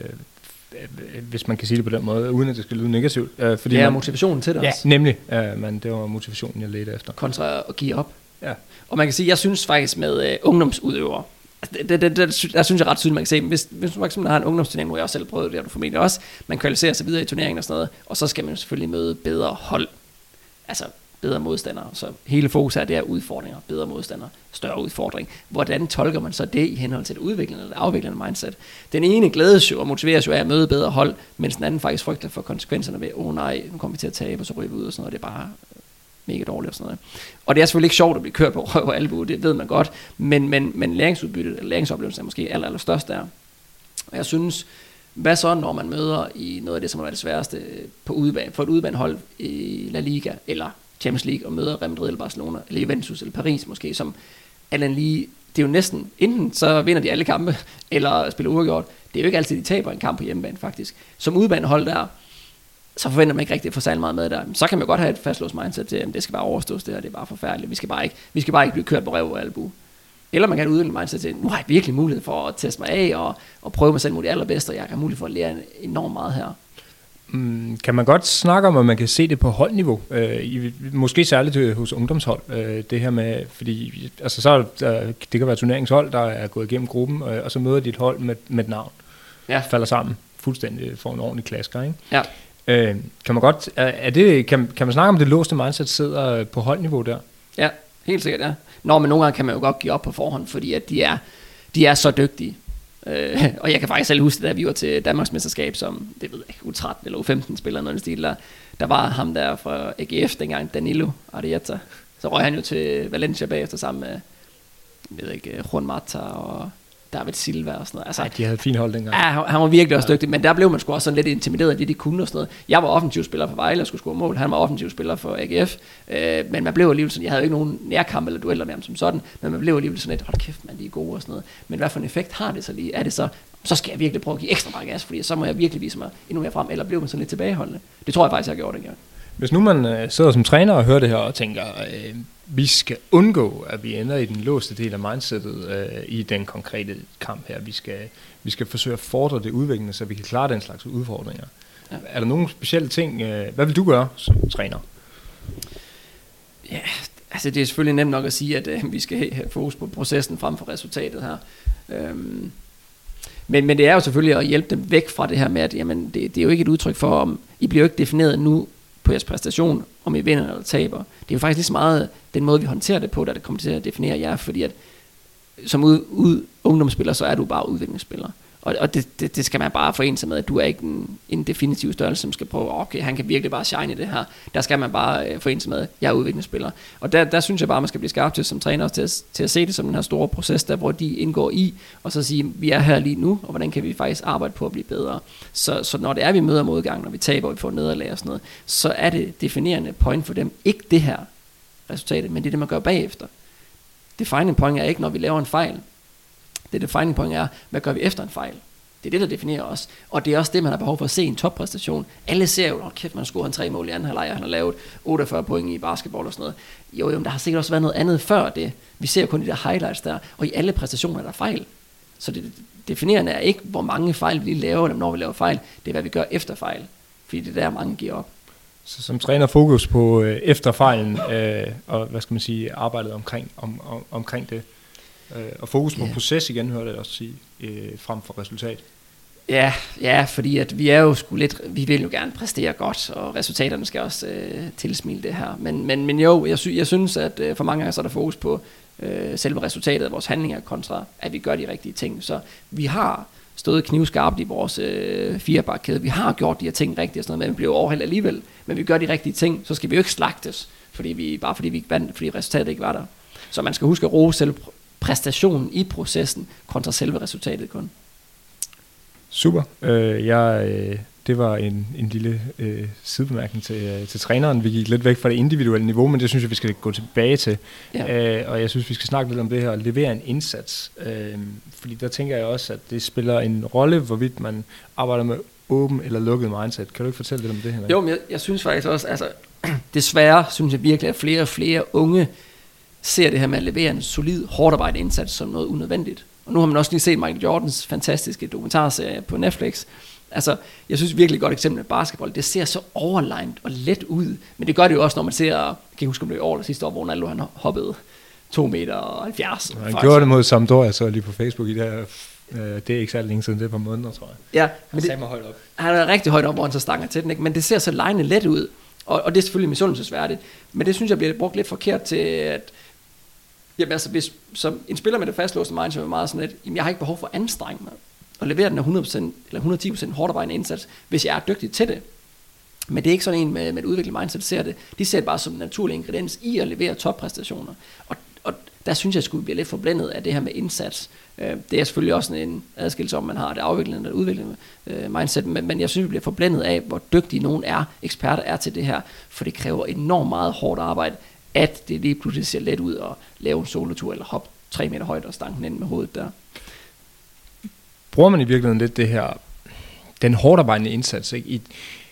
hvis man kan sige det på den måde, uden at det skal lyde negativt. Øh, fordi det er man, motivationen til det ja, også. nemlig. Øh, men det var motivationen, jeg ledte efter. Kontra at give op. Ja. Og man kan sige, jeg synes faktisk med øh, ungdomsudøvere, altså det, det, det, det, der synes jeg ret tydeligt, man kan se, hvis, hvis man for eksempel har en ungdomsturnering, hvor jeg også selv prøvede det, har du formentlig også, man kvalificerer sig videre i turneringen og sådan noget, og så skal man jo selvfølgelig møde bedre hold, altså bedre modstandere, så hele fokus er, det er udfordringer, bedre modstandere, større udfordring. Hvordan tolker man så det i henhold til det udviklende eller det afviklende mindset? Den ene glædes jo og motiveres jo af at møde bedre hold, mens den anden faktisk frygter for konsekvenserne ved, åh oh, nej, nu kommer vi til at tabe, og så ryger vi ud og sådan noget, det er bare mega dårligt og sådan noget. Og det er selvfølgelig ikke sjovt at blive kørt på røv og albue, det ved man godt, men, men, men læringsudbyttet, eller læringsoplevelsen er måske aller, aller størst der. Og jeg synes, hvad så når man møder i noget af det, som er det sværeste på udebane, for et udebanehold i La Liga, eller Champions League, og møder Real Madrid eller Barcelona, eller Juventus eller Paris måske, som alle lige, det er jo næsten, enten så vinder de alle kampe, eller spiller uafgjort. Det er jo ikke altid, de taber en kamp på hjemmebane faktisk. Som udebanehold der, så forventer man ikke rigtig at få særlig meget med der. Så kan man godt have et fastlåst mindset til, at det skal bare overstås det her, det er bare forfærdeligt. Vi skal bare ikke, vi skal bare ikke blive kørt på røv og albu. Eller man kan have et udviklet mindset til, nu har jeg virkelig mulighed for at teste mig af, og, og prøve mig selv mod det allerbedste, og jeg har mulighed for at lære enormt meget her. Mm, kan man godt snakke om, at man kan se det på holdniveau? Øh, i, måske særligt hos ungdomshold. Øh, det her med, fordi altså så der, det kan være turneringshold, der er gået igennem gruppen, øh, og så møder de et hold med, med et navn. Ja. Falder sammen fuldstændig, får en ordentlig klasker, ikke? Ja. Øh, kan man godt, er, er det, kan, kan man snakke om, det låste mindset sidder på holdniveau der? Ja, helt sikkert, ja. Nå, men nogle gange kan man jo godt give op på forhånd, fordi at de er, de er så dygtige. Øh, og jeg kan faktisk selv huske, da vi var til Danmarks mesterskab, som, det ved jeg ikke, U tretten eller U femten spiller noget stil, der, der var ham der fra A G F dengang, Danilo Arieta. Så røg han jo til Valencia bagefter sammen med, jeg ved ikke, Juan Mata og David Silva og sådan noget. Altså, Ej, de havde fint hold dengang. Ja, han var virkelig også dygtig, men der blev man sgu også sådan lidt intimideret af det, de kunne og sådan noget. Jeg var offensiv spiller for Vejle og skulle score mål, han var offensiv spiller for A G F, øh, men man blev alligevel sådan, jeg havde jo ikke nogen nærkamp eller dueller med ham som sådan, men man blev alligevel sådan lidt, hold kæft, man, de er gode og sådan noget. Men hvad for en effekt har det så lige? Er det så, så skal jeg virkelig prøve at give ekstra meget gas, fordi så må jeg virkelig vise mig endnu mere frem, eller blev man sådan lidt tilbageholdende? Det tror jeg faktisk, jeg gjorde dengang. Hvis nu man øh, sidder som træner og hører det her og tænker, øh, vi skal undgå, at vi ender i den låste del af mindsetet øh, i den konkrete kamp her. Vi skal, vi skal forsøge at fordre det udviklende, så vi kan klare den slags udfordringer. Ja. Er der nogle specielle ting, øh, hvad vil du gøre som træner? Ja, altså det er selvfølgelig nemt nok at sige, at øh, vi skal have fokus på processen frem for resultatet her. Øhm, men, men det er jo selvfølgelig at hjælpe dem væk fra det her med, at jamen, det, det er jo ikke et udtryk for, om I bliver jo ikke defineret nu på jeres præstation, om I vinder eller taber. Det er jo faktisk lige så meget den måde, vi håndterer det på, der det kommer til at definere jer, fordi at som ud, ud, ungdomsspiller, så er du bare udviklingsspiller. Og, og det, det, det skal man bare forene sig med, at du er ikke en, en definitiv størrelse, som skal prøve, okay, han kan virkelig bare shine i det her. Der skal man bare øh, forene sig med, at jeg er udviklingsspiller. Og der, der synes jeg bare, man skal blive skarp til som træner, til at, til at se det som den her store proces, der hvor de indgår i, og så sige, vi er her lige nu, og hvordan kan vi faktisk arbejde på at blive bedre. Så, så når det er, vi møder modgang, når vi taber, og vi får nederlag og sådan noget, så er det definerende point for dem, ikke det her resultat, men det er det, man gør bagefter. Defining point er ikke, når vi laver en fejl. Det defining point er, hvad gør vi efter en fejl? Det er det, der definerer os. Og det er også det, man har behov for at se i en toppræstation. Alle ser jo, oh, kæft, man har scoret en tre mål i anden halvleg, han har lavet otteogfyrre point i basketball og sådan noget. Jo, jo, men der har sikkert også været noget andet før det. Vi ser kun de der highlights der, og i alle præstationer er der fejl. Så det definerende er ikke, hvor mange fejl vi laver, eller når vi laver fejl. Det er, hvad vi gør efter fejl. Fordi det er der, mange giver op. Så som træner fokus på øh, efter fejlen, øh, og hvad skal man sige, arbejdet omkring, om, om, omkring det. Øh, og fokus på yeah. proces igen, hørte jeg også sige, øh, frem for resultat. Ja, ja, fordi at vi er jo sgu lidt, vi vil jo gerne præstere godt, og resultaterne skal også øh, tilsmile det her. Men, men, men jo, jeg, sy- jeg synes, at øh, for mange gange så er der fokus på øh, selve resultatet af vores handlinger kontra, at vi gør de rigtige ting. Så vi har stået knivskarpt i vores øh, firebakkæde. Vi har gjort de her ting rigtigt og sådan noget, men vi bliver overhældt alligevel. Men vi gør de rigtige ting, så skal vi jo ikke slagtes, fordi vi, bare fordi vi ikke vandt, fordi resultatet ikke var der. Så man skal huske at rose selv præstationen i processen kontra selve resultatet kun. Super. Øh, jeg, øh, det var en, en lille øh, sidebemærkning til, øh, til træneren. Vi gik lidt væk fra det individuelle niveau, men det synes jeg, vi skal gå tilbage til. Ja. Øh, og jeg synes, vi skal snakke lidt om det her, at levere en indsats. Øh, fordi der tænker jeg også, at det spiller en rolle, hvorvidt man arbejder med åben eller lukket mindset. Kan du ikke fortælle lidt om det her? Jo, men jeg, jeg synes faktisk også, altså desværre synes jeg virkelig, at flere og flere unge ser det her med at levere en solid, hårdt arbejdende indsats som noget unødvendigt. Og nu har man også lige set Michael Jordans fantastiske dokumentarserie på Netflix. Altså, jeg synes virkelig et godt eksempel med basketball. Det ser så overlegnet og let ud. Men det gør det jo også, når man ser, jeg kan huske om det i år eller sidste år, hvor Ronaldo han hoppede to meter og halvfjerds. Han faktisk gjorde det mod Sampdoria, så lige på Facebook i det her. Det er ikke særlig længe siden, det er på måneder, tror jeg. Ja, han sagde mig højt op. Han er rigtig højt op, hvor han så stanger til den, ikke? Men det ser så lejende let ud. Og, og det er selvfølgelig misundelsesværdigt. Men det synes jeg bliver brugt lidt forkert til, at jamen altså, hvis som en spiller med det fastlåste mindset er meget sådan lidt, jamen jeg har ikke behov for at anstrenge mig og levere den af hundrede procent eller hundrede og ti procent hårdt arbejdende indsats, hvis jeg er dygtig til det. Men det er ikke sådan en med, med et udviklet mindset, ser det. De ser det bare som en naturlig ingrediens i at levere toppræstationer. Og, og der synes jeg, at vi bliver lidt forblændet af det her med indsats. Det er selvfølgelig også en adskillelse om, man har det afviklende eller udviklende mindset, men, men jeg synes, vi bliver forblændet af, hvor dygtige nogen er, eksperter er til det her, for det kræver enormt meget hårdt arbejde, at det lige pludselig ser let ud at lave en solotur eller hoppe tre meter højt og stanken ind med hovedet der. Bruger man i virkeligheden lidt det her, den hårdarbejdende indsats, ikke? I,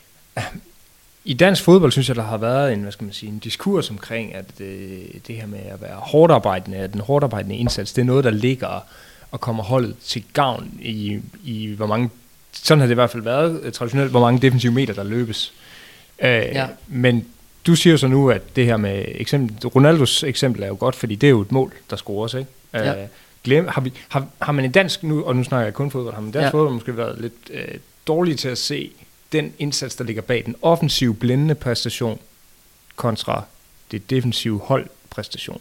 I dansk fodbold synes jeg, der har været en, hvad skal man sige, en diskurs omkring, at det, det her med at være hårdarbejdende, at den hårdarbejdende indsats, det er noget, der ligger og kommer holdet til gavn i, i hvor mange, sådan har det i hvert fald været traditionelt, hvor mange defensive meter, der løbes. Øh, ja. Men du siger så nu, at det her med eksempel, Ronaldos eksempel er jo godt, fordi det er jo et mål, der scores, ikke? Ja. Øh, glem, har, vi, har, har man i dansk, nu, og nu snakker jeg kun fodbold, har man i dansk ja. fodbold måske været lidt øh, dårlig til at se den indsats, der ligger bag den offensive blændende præstation kontra det defensive holdpræstation?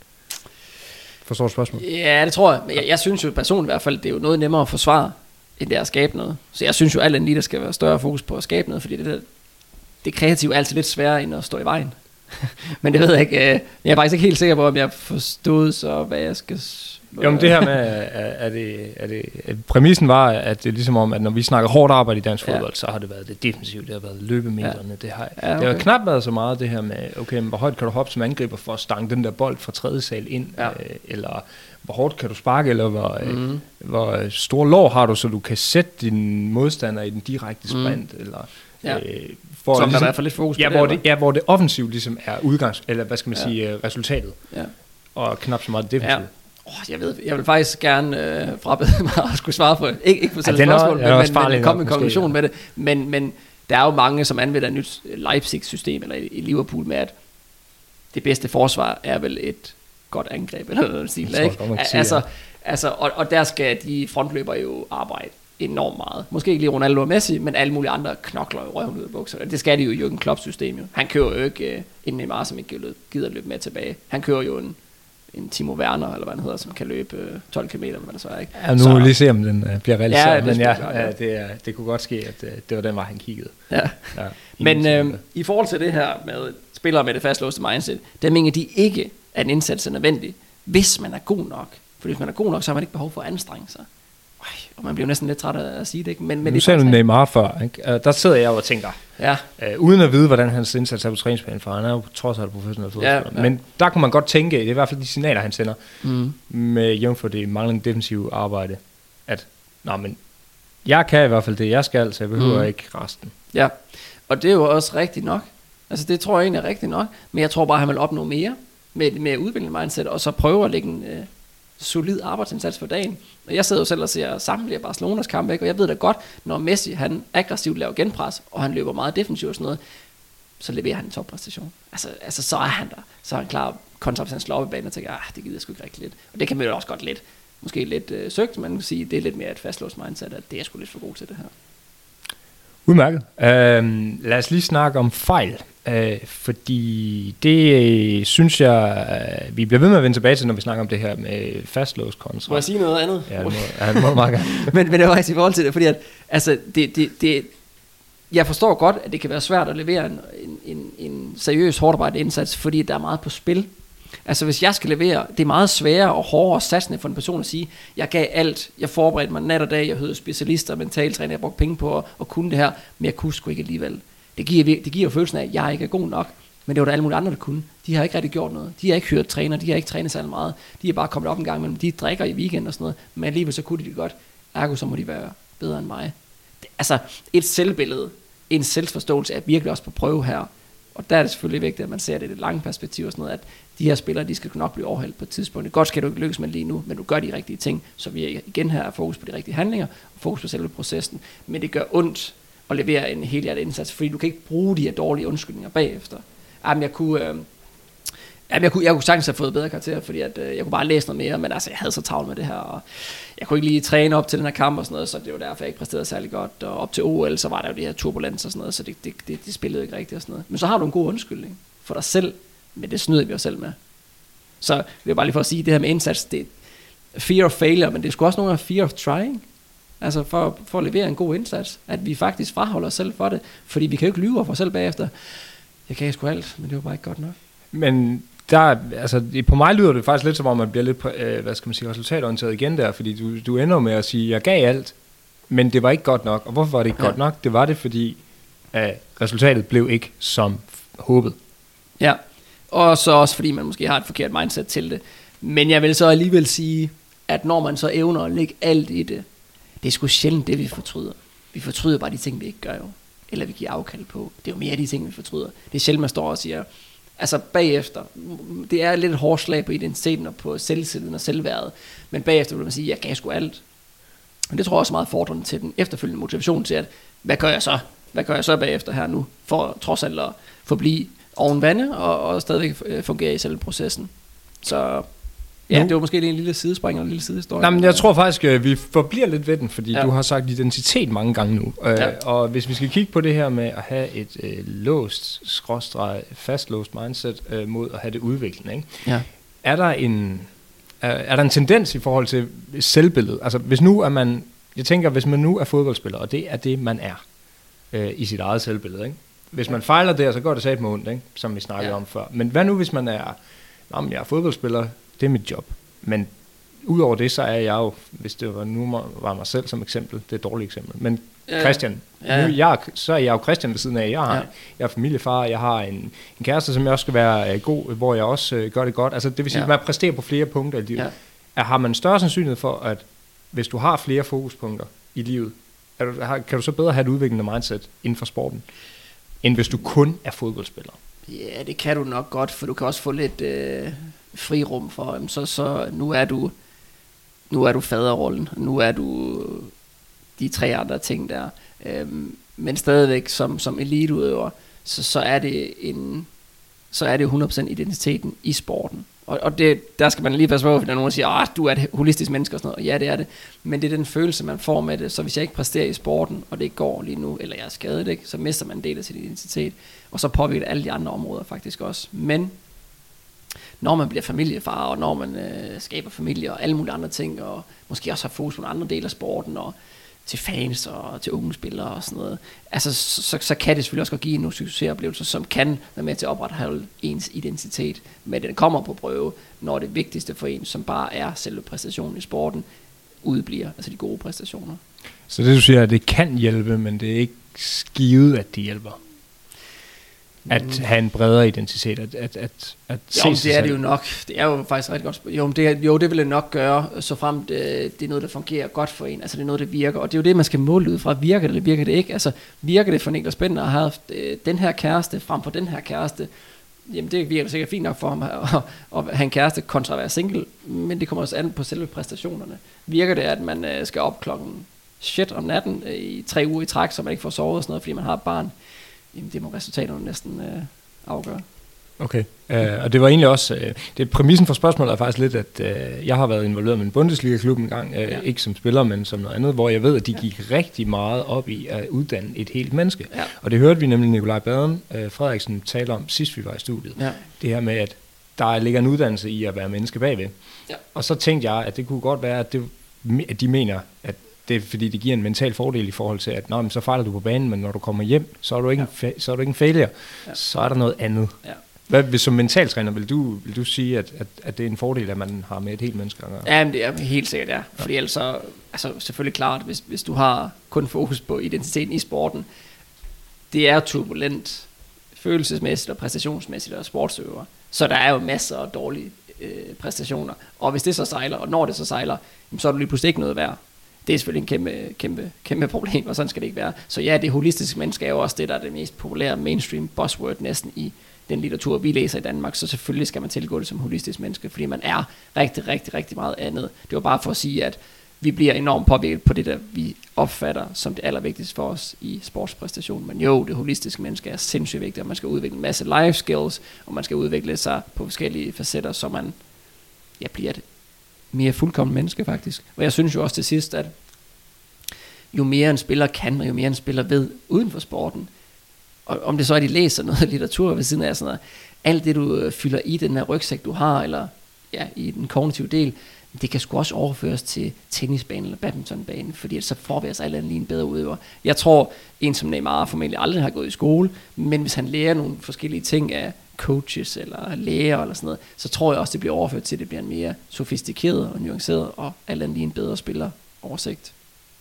Forstår du spørgsmålet? Ja, det tror jeg. Jeg, jeg synes jo personligt i hvert fald, det er jo noget nemmere at forsvare, end det er at skabe noget. Så jeg synes jo alt andet lige, der skal være større fokus på at skabe noget, fordi det der det kreative er altid lidt sværere end at stå i vejen. Men det ved jeg ikke. Jeg er faktisk ikke helt sikker på, om jeg har forstået så, hvad jeg skal... Jo, men det her med, er det, er det, præmissen var, at det er ligesom om, at når vi snakker hårdt arbejde i dansk fodbold, ja. så har det været det defensive, det har været løbemeterne, ja. det har, ja, okay. det har knap været så meget det her med, okay, men hvor højt kan du hoppe som angriber for at stange den der bold fra tredje sal ind, ja. øh, eller hvor hårdt kan du sparke, eller hvor, mm. øh, hvor store lår har du, så du kan sætte din modstander i den direkte sprint, mm. eller... Ja. Øh, for som ligesom, der er i hvert fald lidt fokus ja, på hvor det, det, ja, hvor det offensivt ligesom er udgangs, eller hvad skal man ja. sige, resultatet, ja. og knap så meget defensivt. Ja. Oh, jeg ved, jeg vil faktisk gerne øh, frabede mig at skulle svare på det. Ikke, ikke på selv ja, spørgsmål, er, men, men, men komme en konklusion med det. Men, men der er jo mange, som anvender et nyt Leipzig-system, eller i Liverpool med, at det bedste forsvar er vel et godt angreb, eller noget stil, ikke? Altså, altså, og, og der skal de frontløbere jo arbejde enormt meget. Måske ikke lige Ronaldo og Messi, men alle mulige andre knokler jo røven ud af bukserne. Det skal de jo i Jürgen Klopps system jo. Han kører jo ikke uh, en Neymar, som ikke gider løbe med tilbage. Han kører jo en, en Timo Werner, eller hvad han hedder, som kan løbe uh, tolv kilometer, men så ikke. Ja, nu så, lige se, om den uh, bliver realiseret, ja, men ja, klart, ja. Det, uh, det kunne godt ske, at uh, det var den vej, han kiggede. Ja. Ja, men øh, i forhold til det her med spillere med det fastlåste mindset, der mener de ikke, at en indsats er nødvendig, hvis man er god nok. For hvis man er god nok, så har man ikke behov for at anstrenge sig. Øj, og man bliver næsten lidt træt af at sige det, ikke? Men, men nu sagde du Neymar før, ikke? Der sidder jeg og tænker, ja. øh, uden at vide, hvordan hans indsats er på træningsbanen, for han er jo trods alt professionel fodboldspiller. Ja, ja. Men der kunne man godt tænke, det er i hvert fald de signaler, han sender, mm. med jævnfor det manglende defensive arbejde, at nå, men jeg kan i hvert fald det, jeg skal, så jeg behøver mm. ikke resten. Ja, og det er jo også rigtigt nok. Altså det tror jeg egentlig er rigtigt nok, men jeg tror bare, at han vil opnå mere med, med udvikling mindset, og så prøve at lægge en øh, solid arbejdsindsats for dagen. Og jeg sidder jo selv og ser samtlige af Barcelonas kampe, ikke? Og jeg ved da godt, når Messi han aggressivt laver genpres, og han løber meget defensivt og sådan noget, så leverer han en toppræstation. Altså, altså så er han der, så er han klar kontra, hvis han slår op i banen og tænker, ah, det gider jeg sgu ikke rigtig lidt. Og det kan man jo også godt lidt, måske lidt øh, søgt, man kan sige, det er lidt mere et fastlåst mindset, at det er sgu lidt for god til det her. Udmærket. Øhm, lad os lige snakke om fejl, øh, fordi det synes jeg, øh, vi bliver ved med at vende tilbage til, når vi snakker om det her med fastlåst kontra. Må jeg sige noget andet? Ja, det må, ja, det må meget gerne. men, men det var faktisk i forhold til det, fordi at, altså, det, det, det, jeg forstår godt, at det kan være svært at levere en, en, en, en seriøs hårdarbejdet indsats, fordi der er meget på spil. Altså hvis jeg skal levere, det er meget sværere og hårdere og satsende for en person at sige, jeg gav alt, jeg forberedte mig nat og dag, jeg havde specialister, mentaltræner, jeg brugte penge på at, at kunne det her, men jeg kunne sgu ikke alligevel. Det giver, det giver følelsen af, at jeg ikke er god nok, men det var der alle mulige andre, der kunne. De har ikke rigtig gjort noget. De har ikke hørt træner, de har ikke trænet særlig meget. De er bare kommet op en gang imellem, de drikker i weekend og sådan noget, men alligevel så kunne de det godt. Ergo så må de være bedre end mig. Det, altså et selvbillede, en selvforståelse er virkelig også på prøve her. Og der er det selvfølgelig vigtigt, at man ser det i det lange perspektiv og sådan noget, at de her spillere, de skal nok blive overhældt på et tidspunkt. Godt skal du ikke lykkes med lige nu, men du gør de rigtige ting, så vi igen her er fokus på de rigtige handlinger, og fokus på selve processen. Men det gør ondt at levere en helhjertet indsats, fordi du kan ikke bruge de her dårlige undskyldninger bagefter. Jamen, jeg kunne, øh, jamen, jeg kunne, jeg kunne sagtens have fået bedre karakterer, fordi at, øh, jeg kunne bare læse noget mere, men altså, jeg havde så travlt med det her, og jeg kunne ikke lige træne op til den her kamp og sådan noget, så det var derfor, jeg ikke præsterede særlig godt. Og op til O L, så var der jo de her turbulenser og sådan noget, så det, det, det, det spillede ikke rigtigt og sådan noget. Men så har du en god undskyldning for dig selv, men det snyder vi os selv med. Så det er bare lige for at sige, det her med indsats, det er fear of failure, men det er sgu også nogle gange fear of trying. Altså for, for at levere en god indsats, at vi faktisk fraholder os selv for det, fordi vi kan jo ikke lyve for os selv bagefter. Jeg kan sgu alt, men det var bare ikke godt nok. Men der, altså, på mig lyder det faktisk lidt som om, man bliver lidt, øh, hvad skal man sige, resultatorienteret igen der, fordi du, du ender med at sige, jeg gav alt, men det var ikke godt nok. Og hvorfor var det ikke ja. godt nok? Det var det, fordi øh, resultatet blev ikke som håbet. Ja, og så også fordi man måske har et forkert mindset til det. Men jeg vil så alligevel sige, at når man så evner at lægge alt i det, det er sgu sjældent det, vi fortryder. Vi fortryder bare de ting, vi ikke gør jo. Eller vi giver afkald på. Det er jo mere de ting, vi fortryder. Det er sjældent, man står og siger, altså bagefter, det er lidt et hårdt slag på identiteten og på selvtilliden og selvværdet, men bagefter vil man sige, jeg gav sgu alt. Og det tror jeg også er meget fordrende til den efterfølgende motivation til, at hvad gør jeg så? Hvad gør jeg så bagefter her nu? For trods alt at forblive oven vande og, og stadigvæk fungere i selve processen. Så ja, det var måske en lille sidespring og en lille sidehistorie. Nej, men jeg tror faktisk, at vi forbliver lidt ved den, fordi ja. du har sagt identitet mange gange nu. Ja. Øh, og hvis vi skal kigge på det her med at have et øh, låst, skråstreg, fastlåst mindset øh, mod at have det udviklende, ikke? Ja. Er der en er, er der en tendens i forhold til selvbilledet? Altså hvis nu er man, jeg tænker, hvis man nu er fodboldspiller, og det er det, man er øh, i sit eget selvbillede, ikke? Hvis man fejler der, så går det satme ondt, ikke? Som vi snakkede ja. om før. Men hvad nu, hvis man er, jamen, jeg er fodboldspiller, det er mit job. Men udover det, så er jeg jo, hvis det var nu var mig selv som eksempel, det er et dårligt eksempel, men ja, Christian, ja, ja. Nu, jeg, så er jeg jo Christian ved siden af, jeg har, ja. jeg er familiefar, jeg har en, en kæreste, som jeg også skal være uh, god, hvor jeg også uh, gør det godt. Altså det vil sige, ja. at man præsterer på flere punkter i livet. Ja. Har man større sandsynlighed for, at hvis du har flere fokuspunkter i livet, er du, har, kan du så bedre have et udviklende mindset inden for sporten, end hvis du kun er fodboldspiller? Ja, det kan du nok godt, for du kan også få lidt øh, frirum for, jamen, så, så nu er du nu er du faderrollen, nu er du de tre andre ting der. Øhm, men stadigvæk som, som eliteudøver, så, så er det en, så er det hundrede procent identiteten i sporten. Og, og det, der skal man lige passe på, når nogen siger, at du er et holistisk menneske og sådan noget. Og ja, det er det. Men det er den følelse, man får med det. Så hvis jeg ikke præsterer i sporten, og det ikke går lige nu, eller jeg er skadet, ikke, så mister man en del af sin identitet. Og så påvirker det alle de andre områder faktisk også. Men når man bliver familiefar, og når man øh, skaber familie og alle mulige andre ting, og måske også har fokus på andre dele af sporten, og til fans og til unge spillere og sådan noget, altså så, så, så kan det selvfølgelig også godt give nogle succesoplevelser, som kan være med til at opretholde ens identitet, men den kommer på prøve, når det vigtigste for en, som bare er selve præstationen i sporten, udbliver, altså de gode præstationer. Så det du siger, at det kan hjælpe, men det er ikke skivet, at det hjælper? At mm. have en bredere identitet, at, at, at, at se jo, det er det jo nok. Det er jo faktisk rigtig godt. Jo, det, jo, det vil det nok gøre, så frem det, det er noget, der fungerer godt for en. Altså det er noget, der virker. Og det er jo det, man skal måle ud fra. Virker det, eller virker det ikke? Altså virker det for Niklas Bendtner at have haft øh, den her kæreste frem for den her kæreste? Jamen det virker sikkert fint nok for ham at, at, at have en kæreste kontra at være single. Men det kommer også an på selve præstationerne. Virker det, at man øh, skal op klokken shit om natten øh, i tre uger i træk, så man ikke får sovet og sådan noget, fordi man har et barn? Jamen, det må resultaterne næsten øh, afgøre. Okay, uh, og det var egentlig også, uh, det præmissen for spørgsmålet er faktisk lidt, at uh, jeg har været involveret med en Bundesliga-klub en gang, uh, ja. Ikke som spiller, men som noget andet, hvor jeg ved, at de gik ja. rigtig meget op i at uddanne et helt menneske. Ja. Og det hørte vi nemlig Nikolaj Baden uh, Frederiksen tale om, sidst vi var i studiet. Ja. Det her med, at der ligger en uddannelse i at være menneske bagved. Ja. Og så tænkte jeg, at det kunne godt være, at, det, at de mener, at det er fordi, det giver en mental fordel i forhold til, at nå, men så fejler du på banen, men når du kommer hjem, så er du ikke, ja. en, fa- så er du ikke en failure. Ja. Så er der noget andet. Ja. Hvad, hvis som mentaltræner, vil du, vil du sige, at, at, at det er en fordel, at man har med et helt menneske at gøre? Ja, men det er helt sikkert, ja. Fordi ja. ellers så, altså selvfølgelig klart, hvis, hvis du har kun fokus på identiteten i sporten, det er turbulent, følelsesmæssigt og præstationsmæssigt og sportsøver. Så der er jo masser af dårlige øh, præstationer. Og hvis det så sejler, og når det så sejler, så er du lige pludselig ikke noget værd. Det er selvfølgelig en kæmpe, kæmpe, kæmpe problem, og sådan skal det ikke være. Så ja, det holistiske menneske er jo også det, der er det mest populære mainstream buzzword næsten i den litteratur, vi læser i Danmark. Så selvfølgelig skal man tilgå det som holistisk menneske, fordi man er rigtig, rigtig, rigtig meget andet. Det var bare for at sige, at vi bliver enormt påvirket på det, der vi opfatter som det allervigtigste for os i sportspræstation. Men jo, det holistiske menneske er sindssygt vigtigt, og man skal udvikle en masse life skills, og man skal udvikle sig på forskellige facetter, så man ja, bliver et mere fuldkommen menneske faktisk. Og jeg synes jo også til sidst, at jo mere en spiller kan, og jo mere en spiller ved uden for sporten, og om det så er, de læser noget litteratur ved siden af sådan noget, alt det du fylder i den her rygsæk du har, eller ja, i den kognitive del, det kan sgu også overføres til tennisbanen eller badmintonbanen, fordi så får vi altså alle lige en bedre udøver. Jeg tror, en som Neymar formentlig aldrig har gået i skole, men hvis han lærer nogle forskellige ting af coaches eller læger eller sådan noget, så tror jeg også, det bliver overført til, at det bliver en mere sofistikeret og nuanceret, og alt andet lige en bedre spiller oversigt.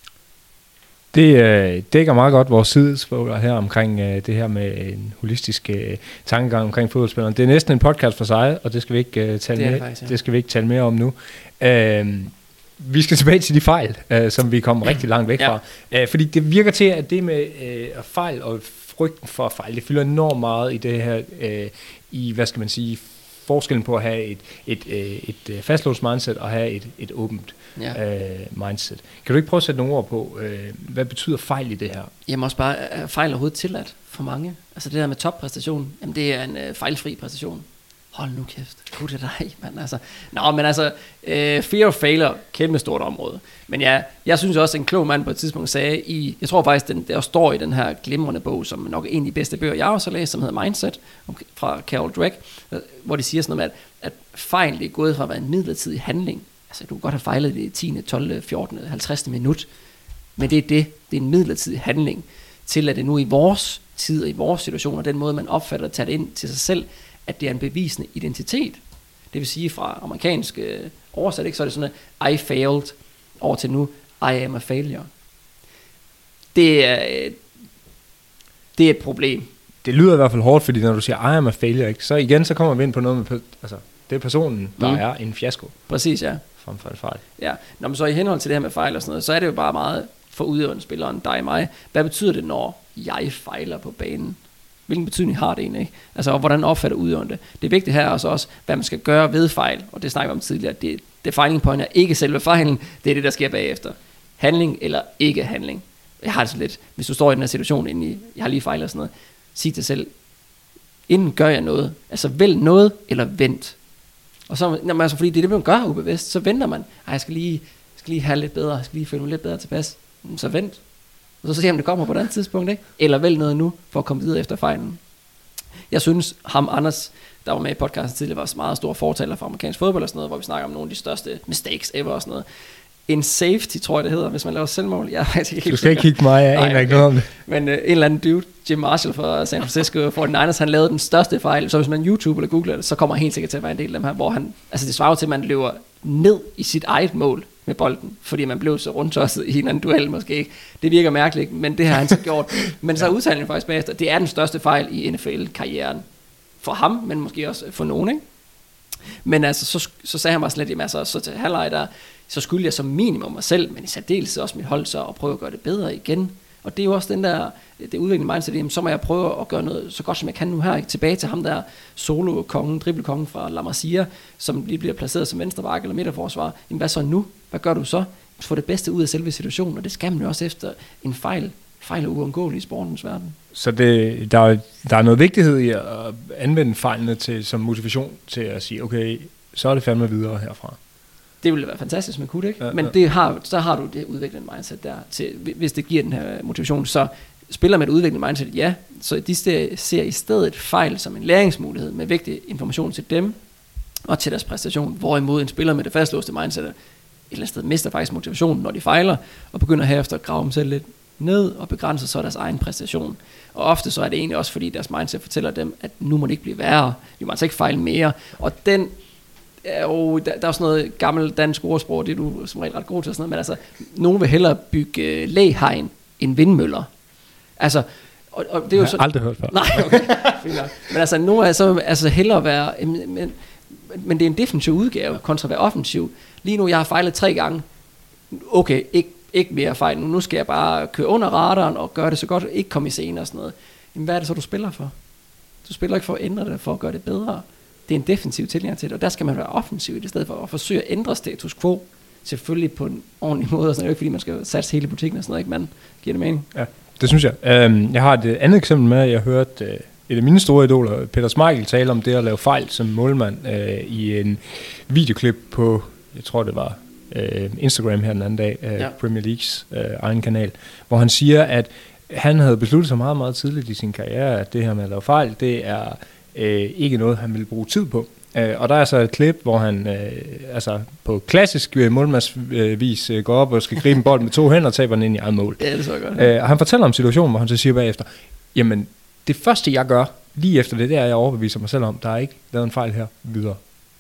Det øh, dækker meget godt vores sidespor her omkring øh, det her med en holistisk øh, tankegang omkring fodboldspilleren. Det er næsten en podcast for sig, og det skal vi ikke, øh, tale, det, mere, faktisk, ja. det skal vi ikke tale mere om nu. Øh, vi skal tilbage til de fejl, øh, som vi kom rigtig langt væk fra. Ja. Øh, fordi det virker til, at det med øh, fejl og frygten for fejl, det fylder enormt meget i det her, øh, i hvad skal man sige, forskellen på at have et, et, et, et fastlåst mindset og have et, et åbent ja. øh, mindset. Kan du ikke prøve at sætte nogle ord på, øh, hvad betyder fejl i det her? Jamen også bare, er fejl overhovedet tilladt for mange? Altså det der med toppræstation, jamen det er en øh, fejlfri præstation. Hold nu kæft, gud det er dig, mand. Altså, nå, men altså, øh, fear of failure, kæmpe stort område. Men ja, jeg synes også, en klog mand på et tidspunkt sagde, i, jeg tror faktisk, den, der står i den her glimrende bog, som nok er en af de bedste bøger, jeg også har læst, som hedder Mindset, fra Carol Dweck, hvor de siger sådan noget med, at, at fejl er gået fra at være en midlertidig handling. Altså, du kan godt have fejlet det i tiende, tolvte, fjortende, halvtredsende minut, men det er det, det er en midlertidig handling, til at det nu i vores tid og i vores situation, og den måde, man opfatter at tage det ind til sig selv, at det er en bevisende identitet. Det vil sige fra amerikansk øh, oversat, ikke, så er det sådan noget, I failed, over til nu, I am a failure. Det er, øh, det er et problem. Det lyder i hvert fald hårdt, fordi når du siger, I am a failure, ikke, så igen, så kommer vi ind på noget med, altså, det er personen, der mm. er en fiasko. Præcis, ja. Frem for en fejl. Ja, når man så i henhold til det her med fejl og sådan noget, så er det jo bare meget for udøvende spilleren, dig og mig. Hvad betyder det, når jeg fejler på banen? Hvilken betydning har det egentlig, ikke? Altså, og hvordan opfatter udøveren det? Det vigtige her er også, også, hvad man skal gøre ved fejl, og det snakker vi om tidligere. Det, det fejling point er ikke selve fejlen, det er det, der sker bagefter. Handling eller ikke handling. Jeg har det så lidt, hvis du står i den her situation, inde i, jeg har lige fejlet og sådan noget, sig til dig selv, inden gør jeg noget, altså vælg noget, eller vent. Og så, jamen, altså, fordi det er det, man gør ubevidst, så venter man, ej, jeg skal lige, jeg skal lige have lidt bedre, jeg skal lige føle mig lidt bedre tilpas, så vent. Og så, så se, om det kommer på et andet tidspunkt, ikke? Eller vælg noget nu, for at komme videre efter fejlen. Jeg synes, ham Anders, der var med i podcasten tidligere, var meget stor fortaler for amerikansk fodbold og sådan noget, hvor vi snakker om nogle af de største mistakes ever og sådan noget. En safety, tror jeg det hedder, hvis man laver selvmål. Jeg er ikke du skal ikke kigge mig, jeg aner ikke noget om det. Men uh, en eller anden dude, Jim Marshall fra San Francisco forty-niners, han lavede den største fejl. Så hvis man YouTube eller googler det, så kommer han helt sikkert til at være en del af dem her, hvor han, altså det svarer til, at man løber ned i sit eget mål med bolden, fordi man blev så rundtosset i en anden duel måske ikke. Det virker mærkeligt, men det har han så gjort. Men så er udtalen faktisk bagefter, det er den største fejl i N F L-karrieren. For ham, men måske også for nogen, ikke? Men altså, så, så sagde han bare sådan lidt, jamen altså, så til halvleg der, så skulle jeg som minimum mig selv, men i særdeleshed også mit hold så, og prøve at gøre det bedre igen. Og det er jo også den der, det udviklende mindset, jamen, så må jeg prøve at gøre noget så godt som jeg kan nu her, ikke? Tilbage til ham der solo-kongen, driblekongen fra La Masia, som lige bliver placeret som venstreback eller midterforsvar. Jamen hvad så nu? Hvad gør du så? Få det bedste ud af selve situationen, og det skal man jo også efter en fejl. Fejl er uundgåelige i sportens verden. Så det, der, er, der er noget vigtighed i at anvende fejlene til, som motivation til at sige, okay, så er det fandme videre herfra. Det ville være fantastisk, man kunne det, ikke? Ja, Men ja. det har, så har du det udviklende mindset der, til, hvis det giver den her motivation. Så spiller med et udviklende mindset, ja, så de ser i stedet fejl som en læringsmulighed med vigtig information til dem og til deres præstation, hvorimod en spiller med det fastlåste mindset et eller andet sted mister faktisk motivationen, når de fejler, og begynder herefter at grave dem selv lidt ned og begrænser så deres egen præstation. Og ofte så er det egentlig også, fordi deres mindset fortæller dem, at nu må det ikke blive værre, vi må altså ikke fejle mere. Og den er jo, der, der er også noget gammelt dansk ordsprog, det er du som regel ret god til og sådan noget, men altså, nogen vil hellere bygge læhegn end vindmøller. Altså, og, og det er jo så... Jeg har aldrig hørt før. Nej, okay. Men altså, nu er så altså hellere være... Men, men, men det er en defensiv udgave kontra at være offensiv. Lige nu, jeg har fejlet tre gange. Okay, ikke ikke mere fejl nu, nu skal jeg bare køre under radaren og gøre det så godt, ikke komme i scene og sådan noget. Jamen hvad er det så, du spiller for? Du spiller ikke for at ændre det, for at gøre det bedre. Det er en defensiv tilgang til det, og der skal man være offensiv i det, stedet for at forsøge at ændre status quo, selvfølgelig på en ordentlig måde, og sådan, det er jo ikke fordi, man skal satse hele butikken og sådan noget, ikke, man giver det mening. Ja, det synes jeg. Um, jeg har et andet eksempel med, jeg hørte uh, et af mine store idoler, Peter Schmeichel, tale om det at lave fejl som målmand uh, i en videoklip på, jeg tror det var Uh, Instagram her den anden dag, uh, ja. Premier Leagues uh, egen kanal, hvor han siger, at han havde besluttet sig meget, meget tidligt i sin karriere, at det her med at lave fejl, det er uh, ikke noget, han vil bruge tid på. Uh, og der er så et klip, hvor han uh, altså på klassisk uh, målmandsvis uh, går op og skal gribe en bold med to hænder og taber den ind i eget mål. Ja, det så godt. Uh, og han fortæller om situationen, hvor han så siger bagefter, jamen, det første jeg gør, lige efter det, det er, at jeg overbeviser mig selv om, der er ikke lavet en fejl her videre.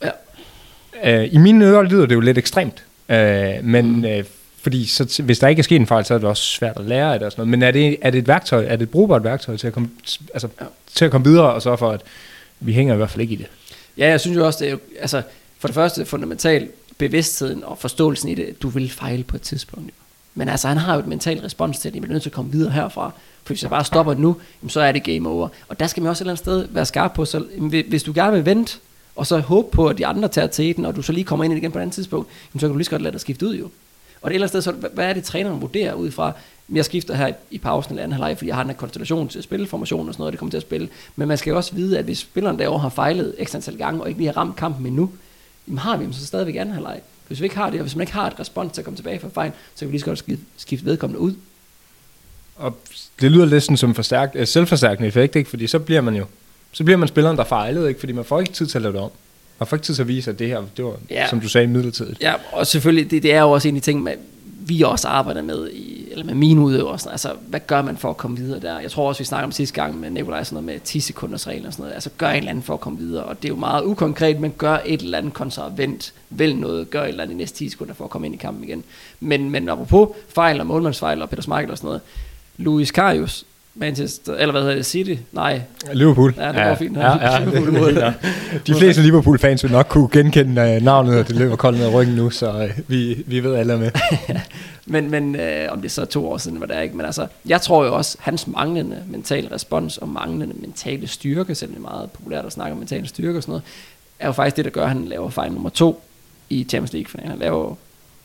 Ja. Uh, I mine ører lyder det jo lidt ekstremt. Uh, men mm. uh, fordi så t- hvis der ikke er sket en fejl, så er det også svært at lære af det og sådan noget. Men er det, er det et værktøj, er det et brugbart værktøj til at komme, altså, ja. til at komme videre og så for, at vi hænger i hvert fald ikke i det? Ja, jeg synes jo også, det er jo, altså, for det første fundamentalt bevidstheden og forståelsen i det, du vil fejle på et tidspunkt. Men altså, han har jo et mentalt respons til det, at man er nødt til at komme videre herfra. For hvis jeg bare stopper nu, så er det game over. Og der skal man også et eller andet sted være skarp på. Så hvis du gerne vil vente, og så håbe på, at de andre tager til den, og du så lige kommer ind igen på et andet tidspunkt, så kan du lige så godt lade dig skifte ud jo. Og det et eller andet sted, så hvad er det træneren vurderer ud fra? Jeg skifter her i pausen eller anden halvleg, fordi jeg har en konstellation til at spille, formation og sådan noget, det kommer til at spille. Men man skal jo også vide, at hvis spilleren derovre har fejlet ekstra antal gange, og ikke lige har ramt kampen endnu, jamen har vi dem så stadigvæk anden halvleg. Hvis vi ikke har det, og hvis man ikke har et respons til at komme tilbage fra fejl, så kan vi lige så godt skifte vedkommende ud. Og det lyder lidt som forstærk, øh, selvforstærkende effekt, ikke? Fordi så bliver man jo så bliver man spilleren, der fejlede, ikke? Fordi man får ikke tid til at lave det om. Man får ikke tid til at vise, at det her, det var, ja. som du sagde, midlertidigt. Ja, og selvfølgelig, det, det er jo også en af de ting, vi også arbejder med, i, eller med mine udøvere. Altså, hvad gør man for at komme videre der? Jeg tror også, vi snakker om sidste gang med Nikolaj, sådan noget med ti sekunders regler og sådan noget. Altså, gør et eller andet for at komme videre. Og det er jo meget ukonkret, men gør et eller andet kontra vent. Vælg noget, gør et eller andet i næste ti sekunder for at komme ind i kampen igen. Men, men apropos fejl og målmandsfejl og Peter Schmeichel og sådan noget. Luis Karius, Manchester, eller hvad hedder det, City? Nej. Liverpool. Ja, det var ja, fint. Ja, ja, Liverpool ja. De fleste Liverpool-fans vil nok kunne genkende uh, navnet, og det løber koldt ned ad ryggen nu, så uh, vi, vi ved alle er med. men men øh, om det er så to år siden, var det ikke. Men altså, jeg tror jo også, hans manglende mental respons og manglende mentale styrke, selvom det er meget populært at snakke om mentale styrke og sådan noget, er jo faktisk det, der gør, at han laver fejl nummer to i Champions League. Han laver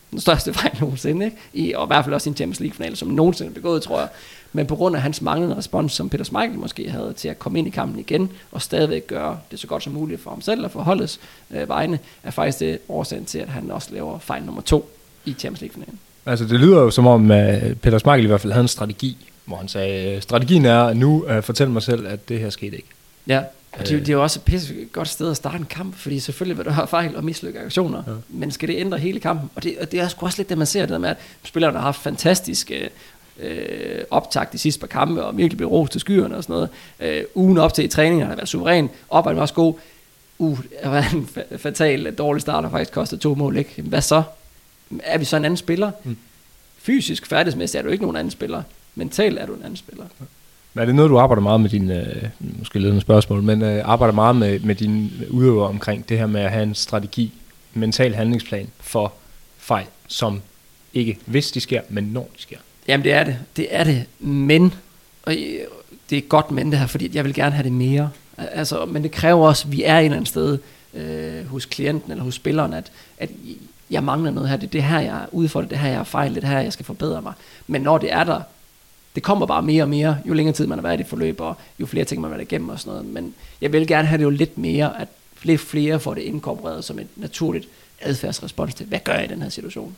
den største fejl nogensinde, ikke? I, og i hvert fald også i en Champions League-finale, som nogensinde begået, tror jeg. Men på grund af hans manglende respons, som Peter Schmeichel måske havde til at komme ind i kampen igen, og stadigvæk gøre det så godt som muligt for ham selv og for holdets øh, vegne, er faktisk det årsagen til, at han også laver fejl nummer to i Champions League-finalen. Altså det lyder jo som om, at Peter Schmeichel i hvert fald havde en strategi, hvor han sagde, strategien er nu at fortælle mig selv, at det her skete ikke. Ja, og det, det er jo også et pisse godt sted at starte en kamp, fordi selvfølgelig vil der have fejl og mislykke aktioner, ja. Men skal det ændre hele kampen? Og det, og det er sgu også lidt det, man ser, det der med, at spillerne har haft fantastiske øh, optakt de sidste par kampe, og virkelig blev rost til skyerne og sådan noget. Øh, ugen op til i træningen har været suveræn, opad var også god. Uh, det var en fa- fatal dårlig start, der faktisk kostede to mål, ikke? Hvad så? Er vi så en anden spiller? Mm. Fysisk, færdighedsmæssigt er du ikke nogen anden spiller. Mentalt er du en anden spiller. Men er det noget, du arbejder meget med dine, øh, måske ledende spørgsmål, men øh, arbejder meget med, med dine udøvere omkring det her med at have en strategi, mental handlingsplan for fejl, som ikke hvis de sker, men når de sker? Jamen det er det, det er det, men, og det er godt men det her, fordi jeg vil gerne have det mere. Altså, men det kræver også, at vi er et eller andet sted øh, hos klienten eller hos spilleren, at, at jeg mangler noget her, det er det her, jeg er udfordret, det her, jeg er fejl, det her, jeg skal forbedre mig. Men når det er der, det kommer bare mere og mere, jo længere tid man har været i det forløb, og jo flere ting man har været igennem og sådan noget. Men jeg vil gerne have det jo lidt mere, at flere flere får det inkorporeret som et naturligt adfærdsrespons til, hvad gør jeg i den her situation?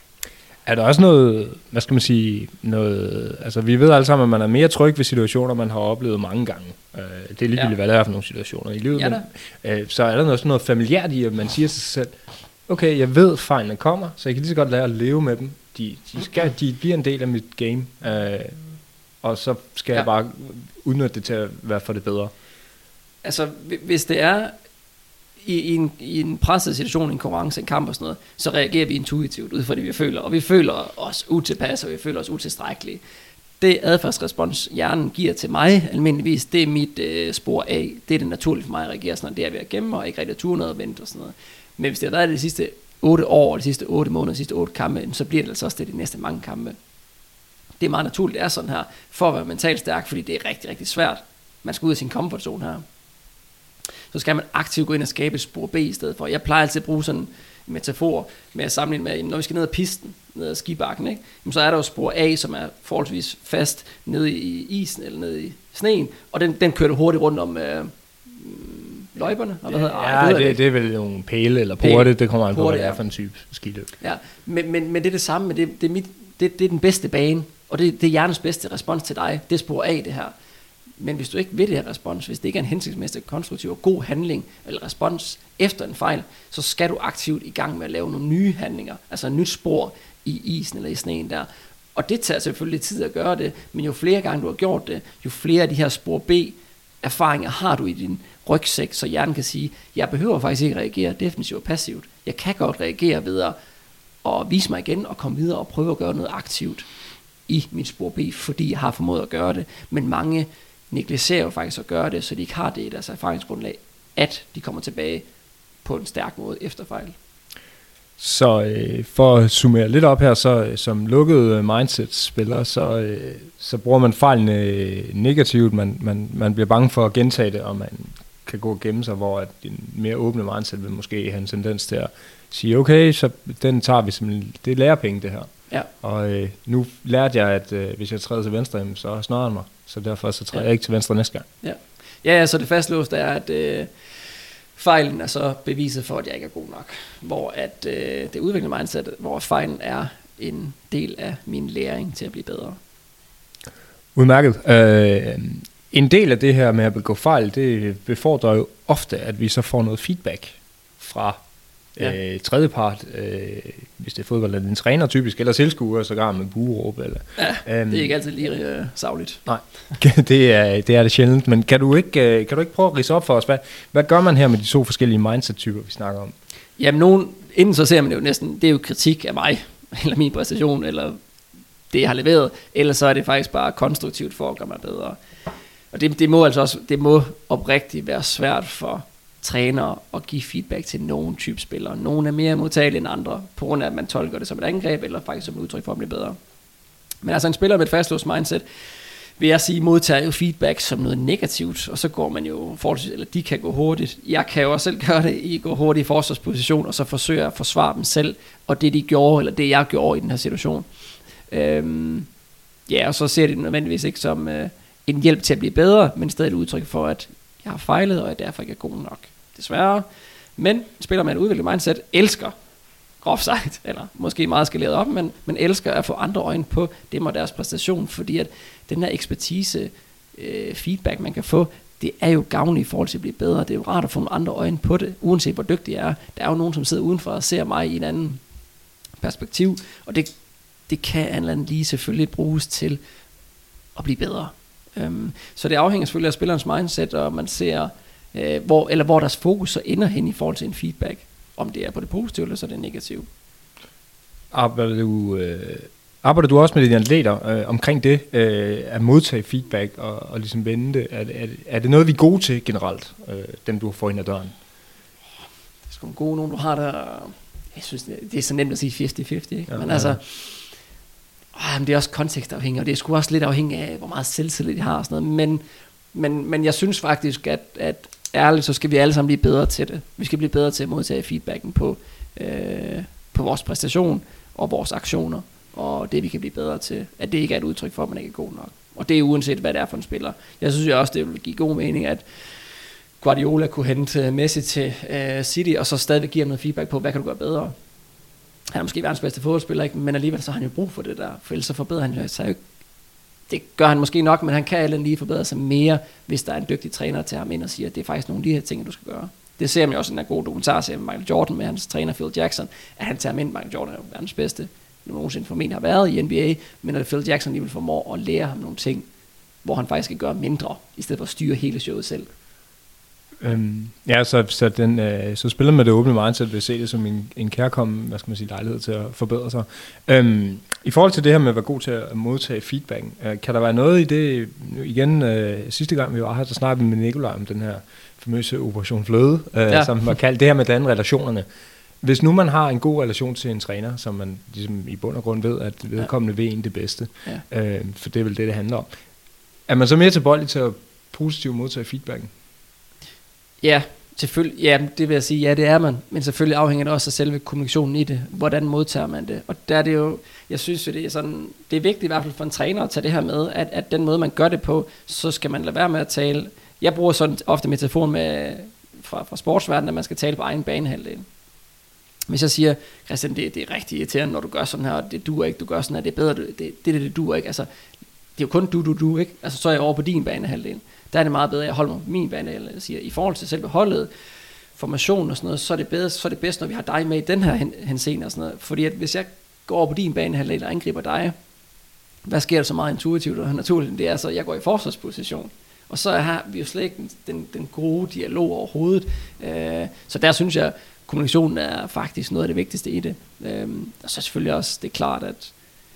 Er der også noget, hvad skal man sige, noget, altså vi ved alle sammen, at man er mere tryg ved situationer, man har oplevet mange gange. Det er ligegyldigt, ja. Hvad det er for nogle situationer i livet. Ja, men, så er der noget, sådan noget familiært i, at man siger til sig selv, okay, jeg ved, fejlene kommer, så jeg kan lige så godt lære at leve med dem. De, de, skal, de bliver en del af mit game, øh, og så skal ja. jeg bare udnytte det til at være for det bedre. Altså, hvis det er i, i, en, i en presset situation, en konkurrence, en kamp og sådan noget, så reagerer vi intuitivt ud fra det, vi føler. Og vi føler os utilpas, og vi føler os utilstrækkelige. Det adfærdsrespons, hjernen giver til mig almindeligvis, det er mit øh, spor A. Det er det naturligt for mig at reagere sådan, at det er ved at gemme, og ikke rigtig at ture noget og vente og sådan noget. Men hvis det har været de sidste otte år, de sidste otte måneder, de sidste otte kampe, så bliver det altså også det de næste mange kampe. Det er meget naturligt, det er sådan her, for at være mentalt stærk, fordi det er rigtig, rigtig svært. Man skal ud af sin comfort zone her. Så skal man aktivt gå ind og skabe et spor B i stedet for. Jeg plejer altid at bruge sådan en metafor med at sammenligne med, når vi skal ned ad pisten, ned ad skibakken, ikke? Så er der jo spor A, som er forholdsvis fast nede i isen eller nede i sneen, og den, den kører du hurtigt rundt om øh, løjperne, eller hvad hedder? Ja, det, det, det er vel nogle pæle eller porte, pæle. Det kommer an på, hvad det er for en type skiløb. Ja, men, men, men det er det samme, men det, det, er mit, det, det er den bedste bane, og det, det er hjernes bedste respons til dig, det er spor A det her. Men hvis du ikke vil det her respons, hvis det ikke er en hensigtsmæssig, konstruktiv og god handling eller respons efter en fejl, så skal du aktivt i gang med at lave nogle nye handlinger, altså et nyt spor i isen eller i sneen der. Og det tager selvfølgelig tid at gøre det, men jo flere gange du har gjort det, jo flere af de her spor B erfaringer har du i din rygsæk, så hjernen kan sige, jeg behøver faktisk ikke reagere defensivt og passivt. Jeg kan godt reagere ved at, at vise mig igen og komme videre og prøve at gøre noget aktivt i mit spor B, fordi jeg har formået at gøre det. Men mange negligerer jo faktisk at gøre det, så de ikke har det i deres erfaringsgrundlag, at de kommer tilbage på en stærk måde efter fejl. Så øh, for at summere lidt op her, så øh, som lukket mindset-spiller, så, øh, så bruger man fejlene øh, negativt, man, man, man bliver bange for at gentage det, og man kan gå og gemme sig, hvor at en mere åbne mindset vil måske have en tendens til at sige, okay, så den tager vi simpelthen, det er lærepenge det her. Ja. Og øh, nu lærte jeg, at øh, hvis jeg træder til venstre, så snører han mig, så derfor så træder ja. jeg ikke til venstre næste gang. Ja, ja, ja så det fastlåste er, at øh, fejlen er så beviset for, at jeg ikke er god nok. Hvor at øh, det udviklende mindset, hvor fejlen er en del af min læring til at blive bedre. Udmærket. Øh, en del af det her med at begå fejl, det befordrer jo ofte, at vi så får noget feedback fra ja. øh, tredjepart, øh, hvis det er fodbold, eller en træner typisk, eller tilskuer, sågar med bueråb. Eller, ja, øhm, det er ikke altid lige øh, sagligt. Nej, det er, det er det sjældent, men kan du ikke, øh, kan du ikke prøve at ridse op for os, hvad, hvad gør man her med de to forskellige mindset-typer, vi snakker om? Jamen, nogen, inden så ser man det jo næsten, det er jo kritik af mig, eller min præstation, eller det, jeg har leveret, eller så er det faktisk bare konstruktivt for at gøre mig bedre. Og det, det må altså også, det må oprigtigt være svært for trænere at give feedback til nogen type spillere. Nogle er mere modtagelige end andre, på grund af, at man tolker det som et angreb, eller faktisk som et udtryk for at blive bedre. Men altså en spiller med et fastlåst mindset, vil jeg sige, modtager jo feedback som noget negativt, og så går man jo forholdsvis, eller de kan gå hurtigt. Jeg kan jo også selv gøre det i gå hurtigt i forsvarsposition, og så forsøge at forsvare dem selv, og det de gjorde, eller det jeg gjorde i den her situation. Øhm, ja, og så ser de det nødvendigvis ikke som øh, en hjælp til at blive bedre, men stadig et udtryk for, at jeg har fejlet, og jeg derfor ikke er god nok. Desværre. Men spiller man et udviklet mindset, elsker groft sagt, eller måske meget skaleret op, men, men elsker at få andre øjne på dem og deres præstation, fordi at den her ekspertise, øh, feedback man kan få, det er jo gavnligt i forhold til at blive bedre. Det er jo rart at få nogle andre øjne på det, uanset hvor dygtig jeg er. Der er jo nogen, som sidder udenfor og ser mig i en anden perspektiv, og det, det kan en eller anden lige selvfølgelig bruges til at blive bedre. Um, så det afhænger selvfølgelig af spillerens mindset, og man ser, øh, hvor, eller hvor deres fokus så ender hen i forhold til en feedback. Om det er på det positive, eller så er det negativt. Arbejder du, øh, arbejder du også med dine atleter øh, omkring det, øh, at modtage feedback og, og ligesom vende det? Er, er, er det noget, vi er gode til generelt, øh, dem du får ind ad døren? Det er sgu en god nogen, du har der. Jeg synes, det, det er så nemt at sige halvtreds halvtreds, ikke? Ja, Men ja. altså, øh, det er også kontekstafhængigt, og det er sgu også lidt afhængigt af, hvor meget selvtillid de har og sådan noget. Men, men, men jeg synes faktisk, at, at ærligt, så skal vi alle sammen blive bedre til det. Vi skal blive bedre til at modtage feedbacken på, øh, på vores præstation og vores aktioner, og det vi kan blive bedre til, at det ikke er et udtryk for, at man ikke er god nok. Og det er uanset, hvad det er for en spiller. Jeg synes jo også, det vil give god mening, at Guardiola kunne hente Messi til øh, City, og så stadigvæk give ham noget feedback på, hvad kan du gøre bedre. Han er måske verdens bedste fodboldspiller, ikke? Men alligevel så har han jo brug for det der, for ellers så forbedrer han jo sig jo ikke. Det gør han måske nok, men han kan alle lige forbedre sig mere, hvis der er en dygtig træner til ham ind og siger, at det er faktisk nogle af de her ting, du skal gøre. Det ser man jo også i en god dokumentarserie med Michael Jordan med hans træner Phil Jackson, at han tager ham ind. Michael Jordan er jo verdens bedste, nogensinde formentlig har været i N B A, men at Phil Jackson alligevel formår at lære ham nogle ting, hvor han faktisk kan gøre mindre, i stedet for at styre hele showet selv. Øhm, ja, så, så, den, øh, så spiller med det åbne mindset vil se det som en, en kærkommen, hvad skal man sige, lejlighed til at forbedre sig. Øhm, I forhold til det her med at være god til at modtage feedback, øh, kan der være noget i det, igen, øh, sidste gang vi var her, så snakkede vi med Nikolaj om den her famøse Operation Fløde, øh, ja. Som var kaldt det her med den relationerne. Hvis nu man har en god relation til en træner, som man ligesom i bund og grund ved, at vedkommende ved en det bedste, ja. øh, for det er vel det, det handler om, er man så mere tilbøjelig til at positivt modtage feedbacken? Ja, selvfølgelig. Ja, det vil jeg sige, ja, det er man. Men selvfølgelig afhænger det også af selve kommunikationen i det. Hvordan modtager man det? Og der er det jo, jeg synes jo, det er sådan, det er vigtigt i hvert fald for en træner at tage det her med, at, at den måde, man gør det på, så skal man lade være med at tale. Jeg bruger sådan ofte metaforen med, fra, fra sportsverdenen, at man skal tale på egen banehalvdel. Hvis jeg siger, Christian, det, det er rigtig irriterende, når du gør sådan her, og det duer ikke, du gør sådan her, det er bedre, det, det, det, det duer ikke. Altså, det er jo kun du, du, du, ikke? Altså, så er jeg over på din banehalvdel. Der er det meget bedre, at jeg holder mig på min banehalvdel. Jeg siger, i forhold til selve holdet, formation og sådan noget, så er det bedst, så er det bedst, når vi har dig med i den her hen, henseende og sådan noget. Fordi at hvis jeg går over på din banehalvdel og angriber dig, hvad sker der så meget intuitivt og naturligt? Det er så, at jeg går i forsvarsposition. Og så har vi jo slet ikke den, den, den gode dialog overhovedet. Øh, så der synes jeg, kommunikationen er faktisk noget af det vigtigste i det. Øh, og så selvfølgelig også, det er klart, at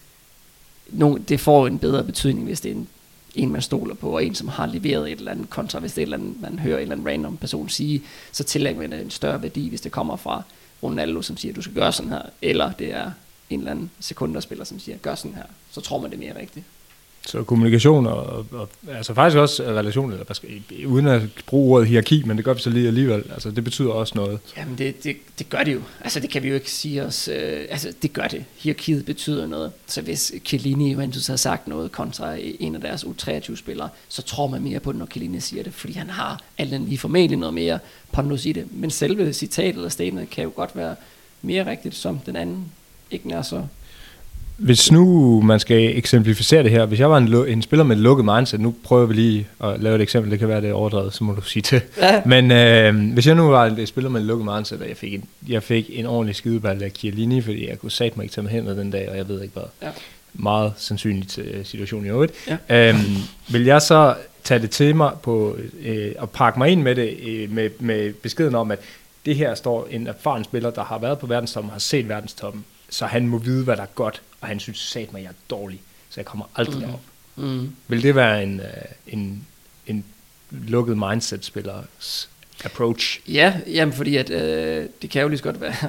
no, det får en bedre betydning, hvis det er en, en man stoler på, og en, som har leveret et eller andet kontra, hvis det er et eller andet, man hører en eller anden random person sige, så tillægger man en større værdi, hvis det kommer fra Ronaldo, som siger, du skal gøre sådan her, eller det er en eller anden sekunderspiller, som siger, gør sådan her, så tror man det er mere rigtigt. Så kommunikation og, og altså faktisk også relation, eller uden at bruge ordet hierarki, men det gør vi så lige alligevel. Altså det betyder også noget. Jamen det, det, det gør det jo. Altså det kan vi jo ikke sige os. Øh, altså det gør det. Hierarkiet betyder noget. Så hvis Chiellini Juventus har sagt noget kontra en af deres U treogtyve spillere, så tror man mere på det, når Chiellini siger det, fordi han har alt andet lige formentlig noget mere pondus i det. Men selve citatet eller statement kan jo godt være mere rigtigt, som den anden ikke er så. Hvis nu man skal eksemplificere det her, hvis jeg var en, en spiller med et lukket mindset, nu prøver vi lige at lave et eksempel, det kan være det er overdrevet, så må du sige det. Ja. Men øh, hvis jeg nu var en spiller med et lukket mindset, og jeg fik en, jeg fik en ordentlig skideball af Chiellini, fordi jeg kunne sat mig ikke tage med hænder den dag, og jeg ved ikke hvad. Ja. Meget sandsynligt uh, situation i øvrigt. Ja. Øhm, vil jeg så tage det til mig på, øh, og pakke mig ind med det, øh, med, med beskeden om, at det her står en erfaren spiller, der har været på verdenstoppen, har set verdenstoppen, så han må vide, hvad der er godt, og han synes sat mig, jeg er dårlig, så jeg kommer aldrig mm. derop. Mm. Vil det være en, en, en lukket mindset-spillers approach? Ja, jamen fordi at, øh, det kan jo lige så godt være,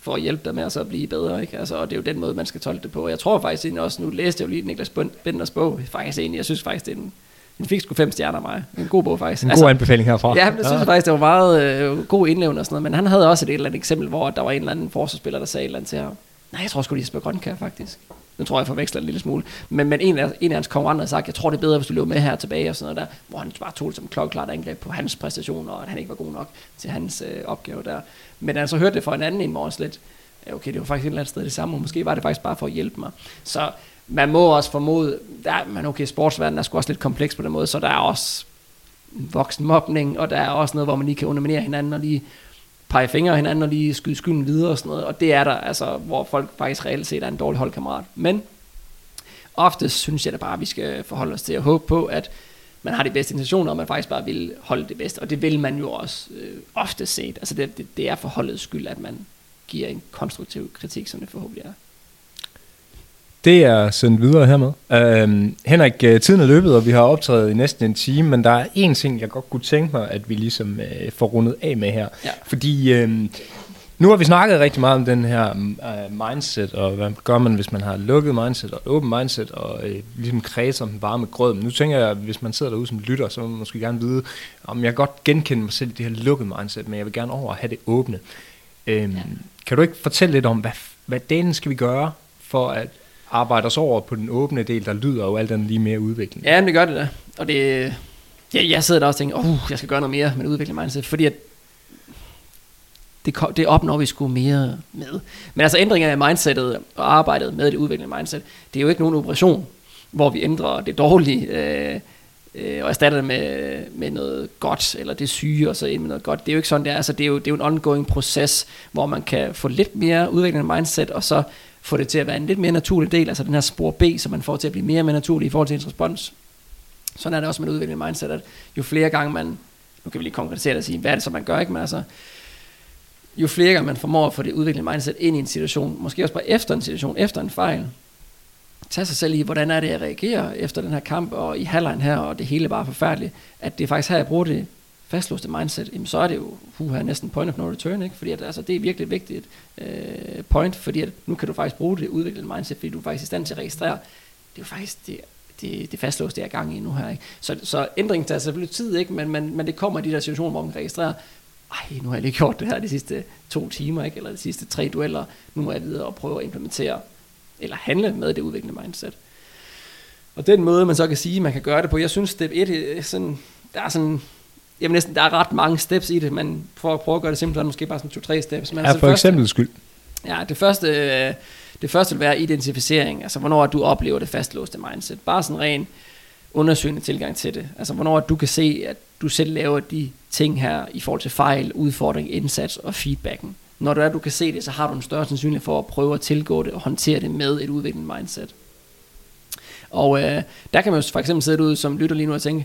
for at hjælpe dig med at blive bedre, ikke? Altså, og det er jo den måde, man skal tolke det på. Jeg tror faktisk egentlig også, nu læste jeg jo lige Niklas Benders bog, faktisk egentlig, jeg synes faktisk, det er en, den fik sgu fem stjerner af mig. En god bog faktisk. En god altså, anbefaling herfra. Ja, men jeg synes ja. faktisk, det var meget øh, god indlevende og sådan noget, men han havde også et eller andet eksempel, hvor der var en eller anden forsvarsspiller, der sagde et eller andet til ham. Nej, jeg tror sgu, de spiller Grønkær faktisk. Nu tror jeg, jeg forveksler en lille smule. Men, men en, af, en af hans konkurrenter har sagt, jeg tror, det er bedre, hvis du løber med her tilbage og sådan noget der, hvor han bare tog det som klokkeklart angreb på hans præstationer, og at han ikke var god nok til hans øh, opgave der. Men da han så hørte det fra en anden en morges lidt, okay, det var faktisk et eller andet sted det samme, og måske var det faktisk bare for at hjælpe mig. Så man må også formode, der, men okay, sportsverdenen er sgu også lidt kompleks på den måde, så der er også voksenmobning, og der er også noget, hvor man lige kan underminere hinanden, og lige pege fingre af hinanden, og lige skyde skylden videre og sådan noget, og det er der, altså, hvor folk faktisk reelt set er en dårlig holdkammerat. Men ofte synes jeg da bare, at vi skal forholde os til at håbe på, at man har de bedste intentioner, og man faktisk bare vil holde det bedste, og det vil man jo også øh, ofte set. Altså det, det, det er for holdets skyld, at man giver en konstruktiv kritik, som det forhåbentlig er. Det er sendt videre hermed. Uh, Henrik, tiden er løbet, og vi har optrædet i næsten en time, men der er en ting, jeg godt kunne tænke mig, at vi ligesom uh, får rundet af med her. Ja. Fordi uh, nu har vi snakket rigtig meget om den her uh, mindset, og hvad gør man, hvis man har lukket mindset og åben mindset, og uh, ligesom kredser om den varme grød. Men nu tænker jeg, at hvis man sidder derude som lytter, så må man måske gerne vide, om jeg godt genkende mig selv i det her lukkede mindset, men jeg vil gerne over at have det åbne. Uh, ja. Kan du ikke fortælle lidt om, hvad, hvad delen skal vi gøre for at arbejde os over på den åbne del, der lyder jo alt andet lige mere udvikling? Ja, det gør det da. Og det, jeg, jeg sidder der også og tænker, uh, jeg skal gøre noget mere med udvikling mindset, fordi at det, det opnår vi sgu mere med. Men altså ændringer af mindsetet og arbejdet med det udviklende mindset, det er jo ikke nogen operation, hvor vi ændrer det dårlige øh, øh, og erstatter det med, med noget godt, eller det syge og så ind med noget godt. Det er jo ikke sådan, det er. Altså, det er jo, det er jo en ongoing proces, hvor man kan få lidt mere udviklende mindset, og så få det til at være en lidt mere naturlig del, altså den her spor B, så man får til at blive mere og mere naturlig i forhold til ens respons. Sådan er det også med udviklende mindset, at jo flere gange man, nu kan vi lige konkretisere det og sige, hvad er det så man gør, ikke? Men altså, jo flere gange man formår at få det udviklende mindset ind i en situation, måske også bare efter en situation, efter en fejl, tage sig selv i, hvordan er det, jeg reagerer efter den her kamp, og i halvlejen her, og det hele bare forfærdeligt, at det er faktisk her, jeg bruger det fastlåste mindset, jamen så er det jo uh, næsten point of no return, ikke? Fordi at, altså, det er virkelig et vigtigt øh, point, fordi at nu kan du faktisk bruge det udviklede mindset, fordi du er faktisk i stand til at registrere, det er jo faktisk det, det, det fastlåste, jeg er gang i nu her, ikke? Så, så ændringen tager selvfølgelig tid, ikke? Men, men, men det kommer i de der situationer, hvor man registrerer, ej, nu har jeg lige gjort det her de sidste to timer, ikke? Eller de sidste tre dueller, nu må jeg videre og prøve at implementere, eller handle med det udviklende mindset. Og den måde, man så kan sige, man kan gøre det på, jeg synes, step et, sådan, der er sådan, jamen næsten, der er ret mange steps i det, men for at prøve at gøre det simpelt, er det måske bare sådan to-tre steps. Men ja, altså for eksempel skyld. Ja, det første, det første vil være identificering, altså hvornår du oplever det fastlåste mindset. Bare sådan ren undersøgende tilgang til det. Altså hvornår du kan se, at du selv laver de ting her i forhold til fejl, udfordring, indsats og feedbacken. Når du er, du kan se det, så har du en større sandsynlighed for at prøve at tilgå det og håndtere det med et udviklende mindset. Og øh, der kan man jo for eksempel sidde ud som lytter lige nu og tænke,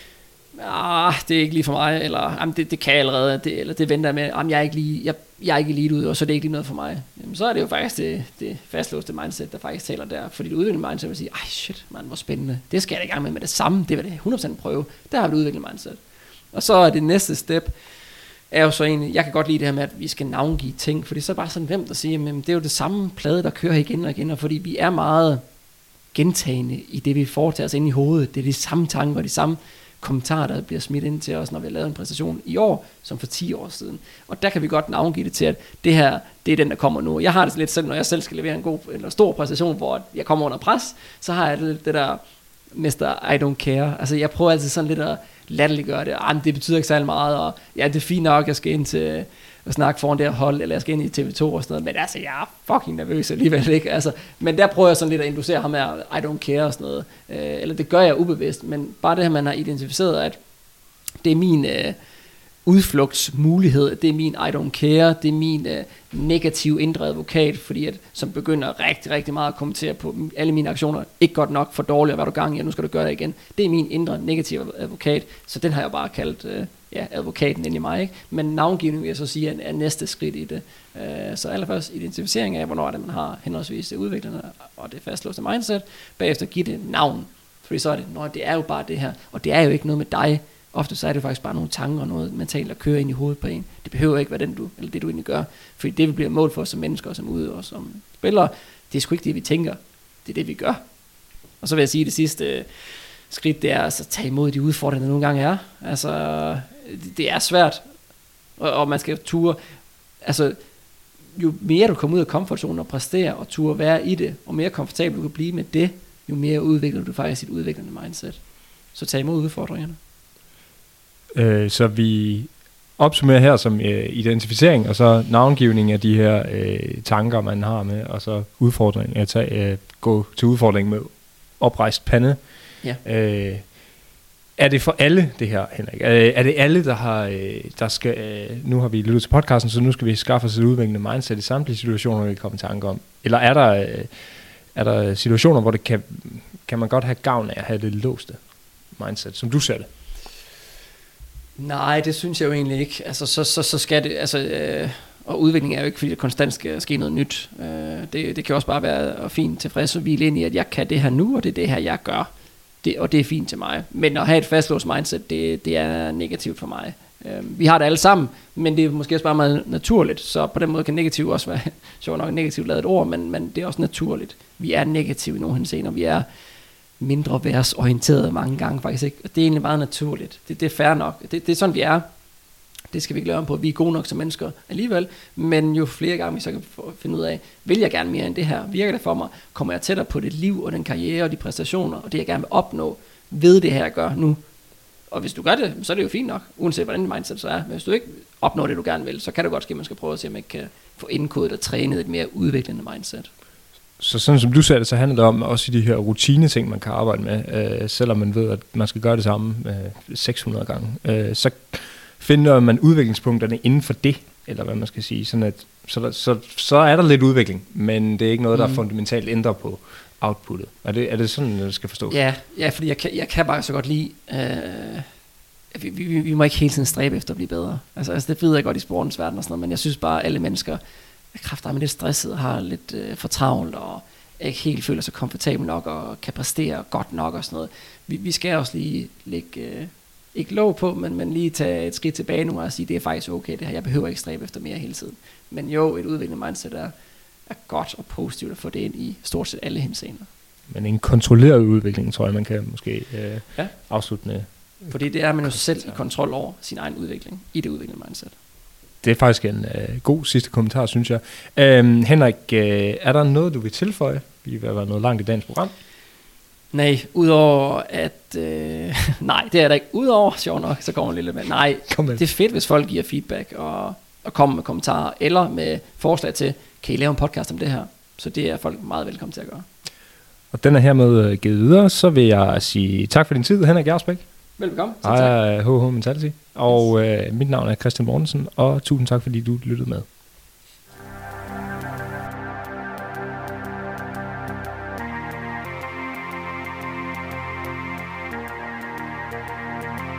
ah, det er ikke lige for mig, eller jamen, det, det kan jeg allerede, det, eller det venter jeg med, jamen, jeg er ikke lige, jeg, jeg er ikke lige ud, og så er det ikke lige noget for mig. Jamen, så er det jo faktisk det, det fastlåste mindset, der faktisk taler der, fordi det udviklende mindset vil sige, ej shit, man, hvor spændende, det skal jeg da i gang med med det samme, det vil det hundrede procent prøve, der har vi det udviklende mindset. Og så er det næste step, er jo så egentlig, jeg kan godt lide det her med, at vi skal navngive ting, fordi så er det bare sådan nemt at sige, men det er jo det samme plade, der kører igen og igen, og fordi vi er meget gentagende i det, vi foretager os inde i hovedet, det er de samme tanker og de samme kommentarer, der bliver smidt ind til os, når vi har lavet en præstation i år, som for ti år siden. Og der kan vi godt navngive det til, at det her, det er den, der kommer nu. Jeg har det lidt selv, når jeg selv skal levere en god eller stor præstation, hvor jeg kommer under pres, så har jeg det, det der mister I don't care. Altså jeg prøver altid sådan lidt at latterliggøre det. Ah, det betyder ikke særlig meget, og ja, det er fint nok, jeg skal ind til at snakke foran det her hold, eller jeg skal ind i T V to og sådan noget, men altså, jeg er fucking nervøs alligevel, ikke? Altså, men der prøver jeg sådan lidt at inducere ham her, I don't care og sådan noget, øh, eller det gør jeg ubevidst, men bare det her, man har identificeret, at det er min øh, udflugtsmulighed, det er min I don't care, det er min øh, negativ indre advokat, fordi at, som begynder rigtig, rigtig meget at kommentere på alle mine aktioner, ikke godt nok, for dårligt, hvad du gang i, og nu skal du gøre det igen. Det er min indre negative advokat, så den har jeg bare kaldt øh, ja, advokaten ind i mig, ikke? Men navngivning vil jeg så sige er, er næste skridt i det. Øh, så allerførst identificering af, hvornår er det, man har henholdsvis det udviklende og det fastlåste mindset, bagefter give det navn, fordi så er det, nå, det er jo bare det her, og det er jo ikke noget med dig, Ofte så er det faktisk bare nogle tanker og noget mentalt, der kører ind i hovedet på en. Det behøver ikke være den du, eller det du egentlig gør. Fordi det vi bliver målt for som mennesker, som ude og som spillere, det er sgu ikke det vi tænker. Det er det vi gør. Og så vil jeg sige, at det sidste skridt, det er altså at tage imod de udfordringer, der nogle gange er. Altså, det, det er svært. Og, og man skal ture, altså, jo mere du kommer ud af komfortzonen og præsterer og turde være i det, og mere komfortabel du kan blive med det, jo mere udvikler du faktisk dit udviklende mindset. Så tag imod udfordringerne. Øh, så vi opsummerer her som øh, identificering, og så navngivning af de her øh, tanker, man har med, og så udfordring, at tage, øh, gå til udfordring med oprejst pande. Ja. Øh, er det for alle det her, Henrik? Er, er det alle, der har, øh, der skal, øh, nu har vi lyttet til podcasten, så nu skal vi skaffe os et udviklende mindset i samtlige situationer, vi kommer i tanke om? Eller er der, øh, er der situationer, hvor det kan, kan man godt have gavn af at have det låste mindset, som du ser det? Nej, det synes jeg jo egentlig ikke. Altså, så, så, så skal det, altså, øh, og udvikling er jo ikke, fordi der konstant skal ske noget nyt. Øh, det, det kan også bare være fint tilfreds og hvile ind i, at jeg kan det her nu, og det er det her, jeg gør. Det, og det er fint til mig. Men at have et fastlåst mindset, det, det er negativt for mig. Øh, vi har det alle sammen, men det er måske også bare meget naturligt. Så på den måde kan negativ også være, sjovt nok negativt lavet et ord, men, men det er også naturligt. Vi er negative i nogle henseender, vi er mindre værtsorienteret mange gange faktisk ikke. Og det er egentlig meget naturligt. Det, det er fair nok. Det, det er sådan vi er. Det skal vi ikke lade om på. Vi er gode nok som mennesker alligevel. Men jo flere gange vi så kan finde ud af, vil jeg gerne mere end det her? Virker det for mig? Kommer jeg tættere på det liv og den karriere og de præstationer og det jeg gerne vil opnå ved det her jeg gør nu? Og hvis du gør det, så er det jo fint nok, uanset hvordan din mindset så er. Men hvis du ikke opnår det du gerne vil, så kan det godt ske at man skal prøve at se om man kan få indkodet og trænet et mere udviklende mindset. Så sådan som du sagde det, så handler det om også i de her rutine-ting, man kan arbejde med, øh, selvom man ved, at man skal gøre det samme øh, seks hundrede gange. Øh, så finder man udviklingspunkterne inden for det, eller hvad man skal sige. Sådan at, så, der, så, så er der lidt udvikling, men det er ikke noget, der mm. fundamentalt ændrer på outputtet. Er det, er det sådan, det skal forstås? Ja, ja, fordi jeg kan, jeg kan bare så godt lide, øh, vi, vi, vi må ikke hele tiden stræbe efter at blive bedre. Altså, altså det ved jeg godt i sportens verden og sådan noget, men jeg synes bare, at alle mennesker kræfter med lidt stresset, har lidt øh, for travlt og ikke helt føler sig komfortabel nok og kan præstere godt nok og sådan noget. Vi, vi skal også lige lægge, øh, ikke lov på, men, men lige tage et skridt tilbage nu og sige, det er faktisk okay det her, jeg behøver ikke stræbe efter mere hele tiden. Men jo, et udviklende mindset er, er godt og positivt at få det ind i stort set alle henseender. Men en kontrolleret udvikling, tror jeg, man kan måske øh, ja. afslutte med. Fordi det er man jo selv i kontrol over sin egen udvikling i det udviklende mindset. Det er faktisk en øh, god sidste kommentar, synes jeg. Øhm, Henrik, øh, er der noget, du vil tilføje? Vi vil være noget langt i dagens program. Nej, udover at... Øh, nej, det er der ikke. Udover, sjov nok, så kommer en lille med. Nej, med. Det er fedt, hvis folk giver feedback og, og kommer med kommentarer, eller med forslag til, kan I lave en podcast om det her? Så det er folk meget velkommen til at gøre. Og den er hermed givet videre, så vil jeg sige tak for din tid, Henrik Gjersbæk. Velbekomme. Jeg er H H Mentality, og øh, mit navn er Christian Mortensen, og tusind tak, fordi du lyttede med.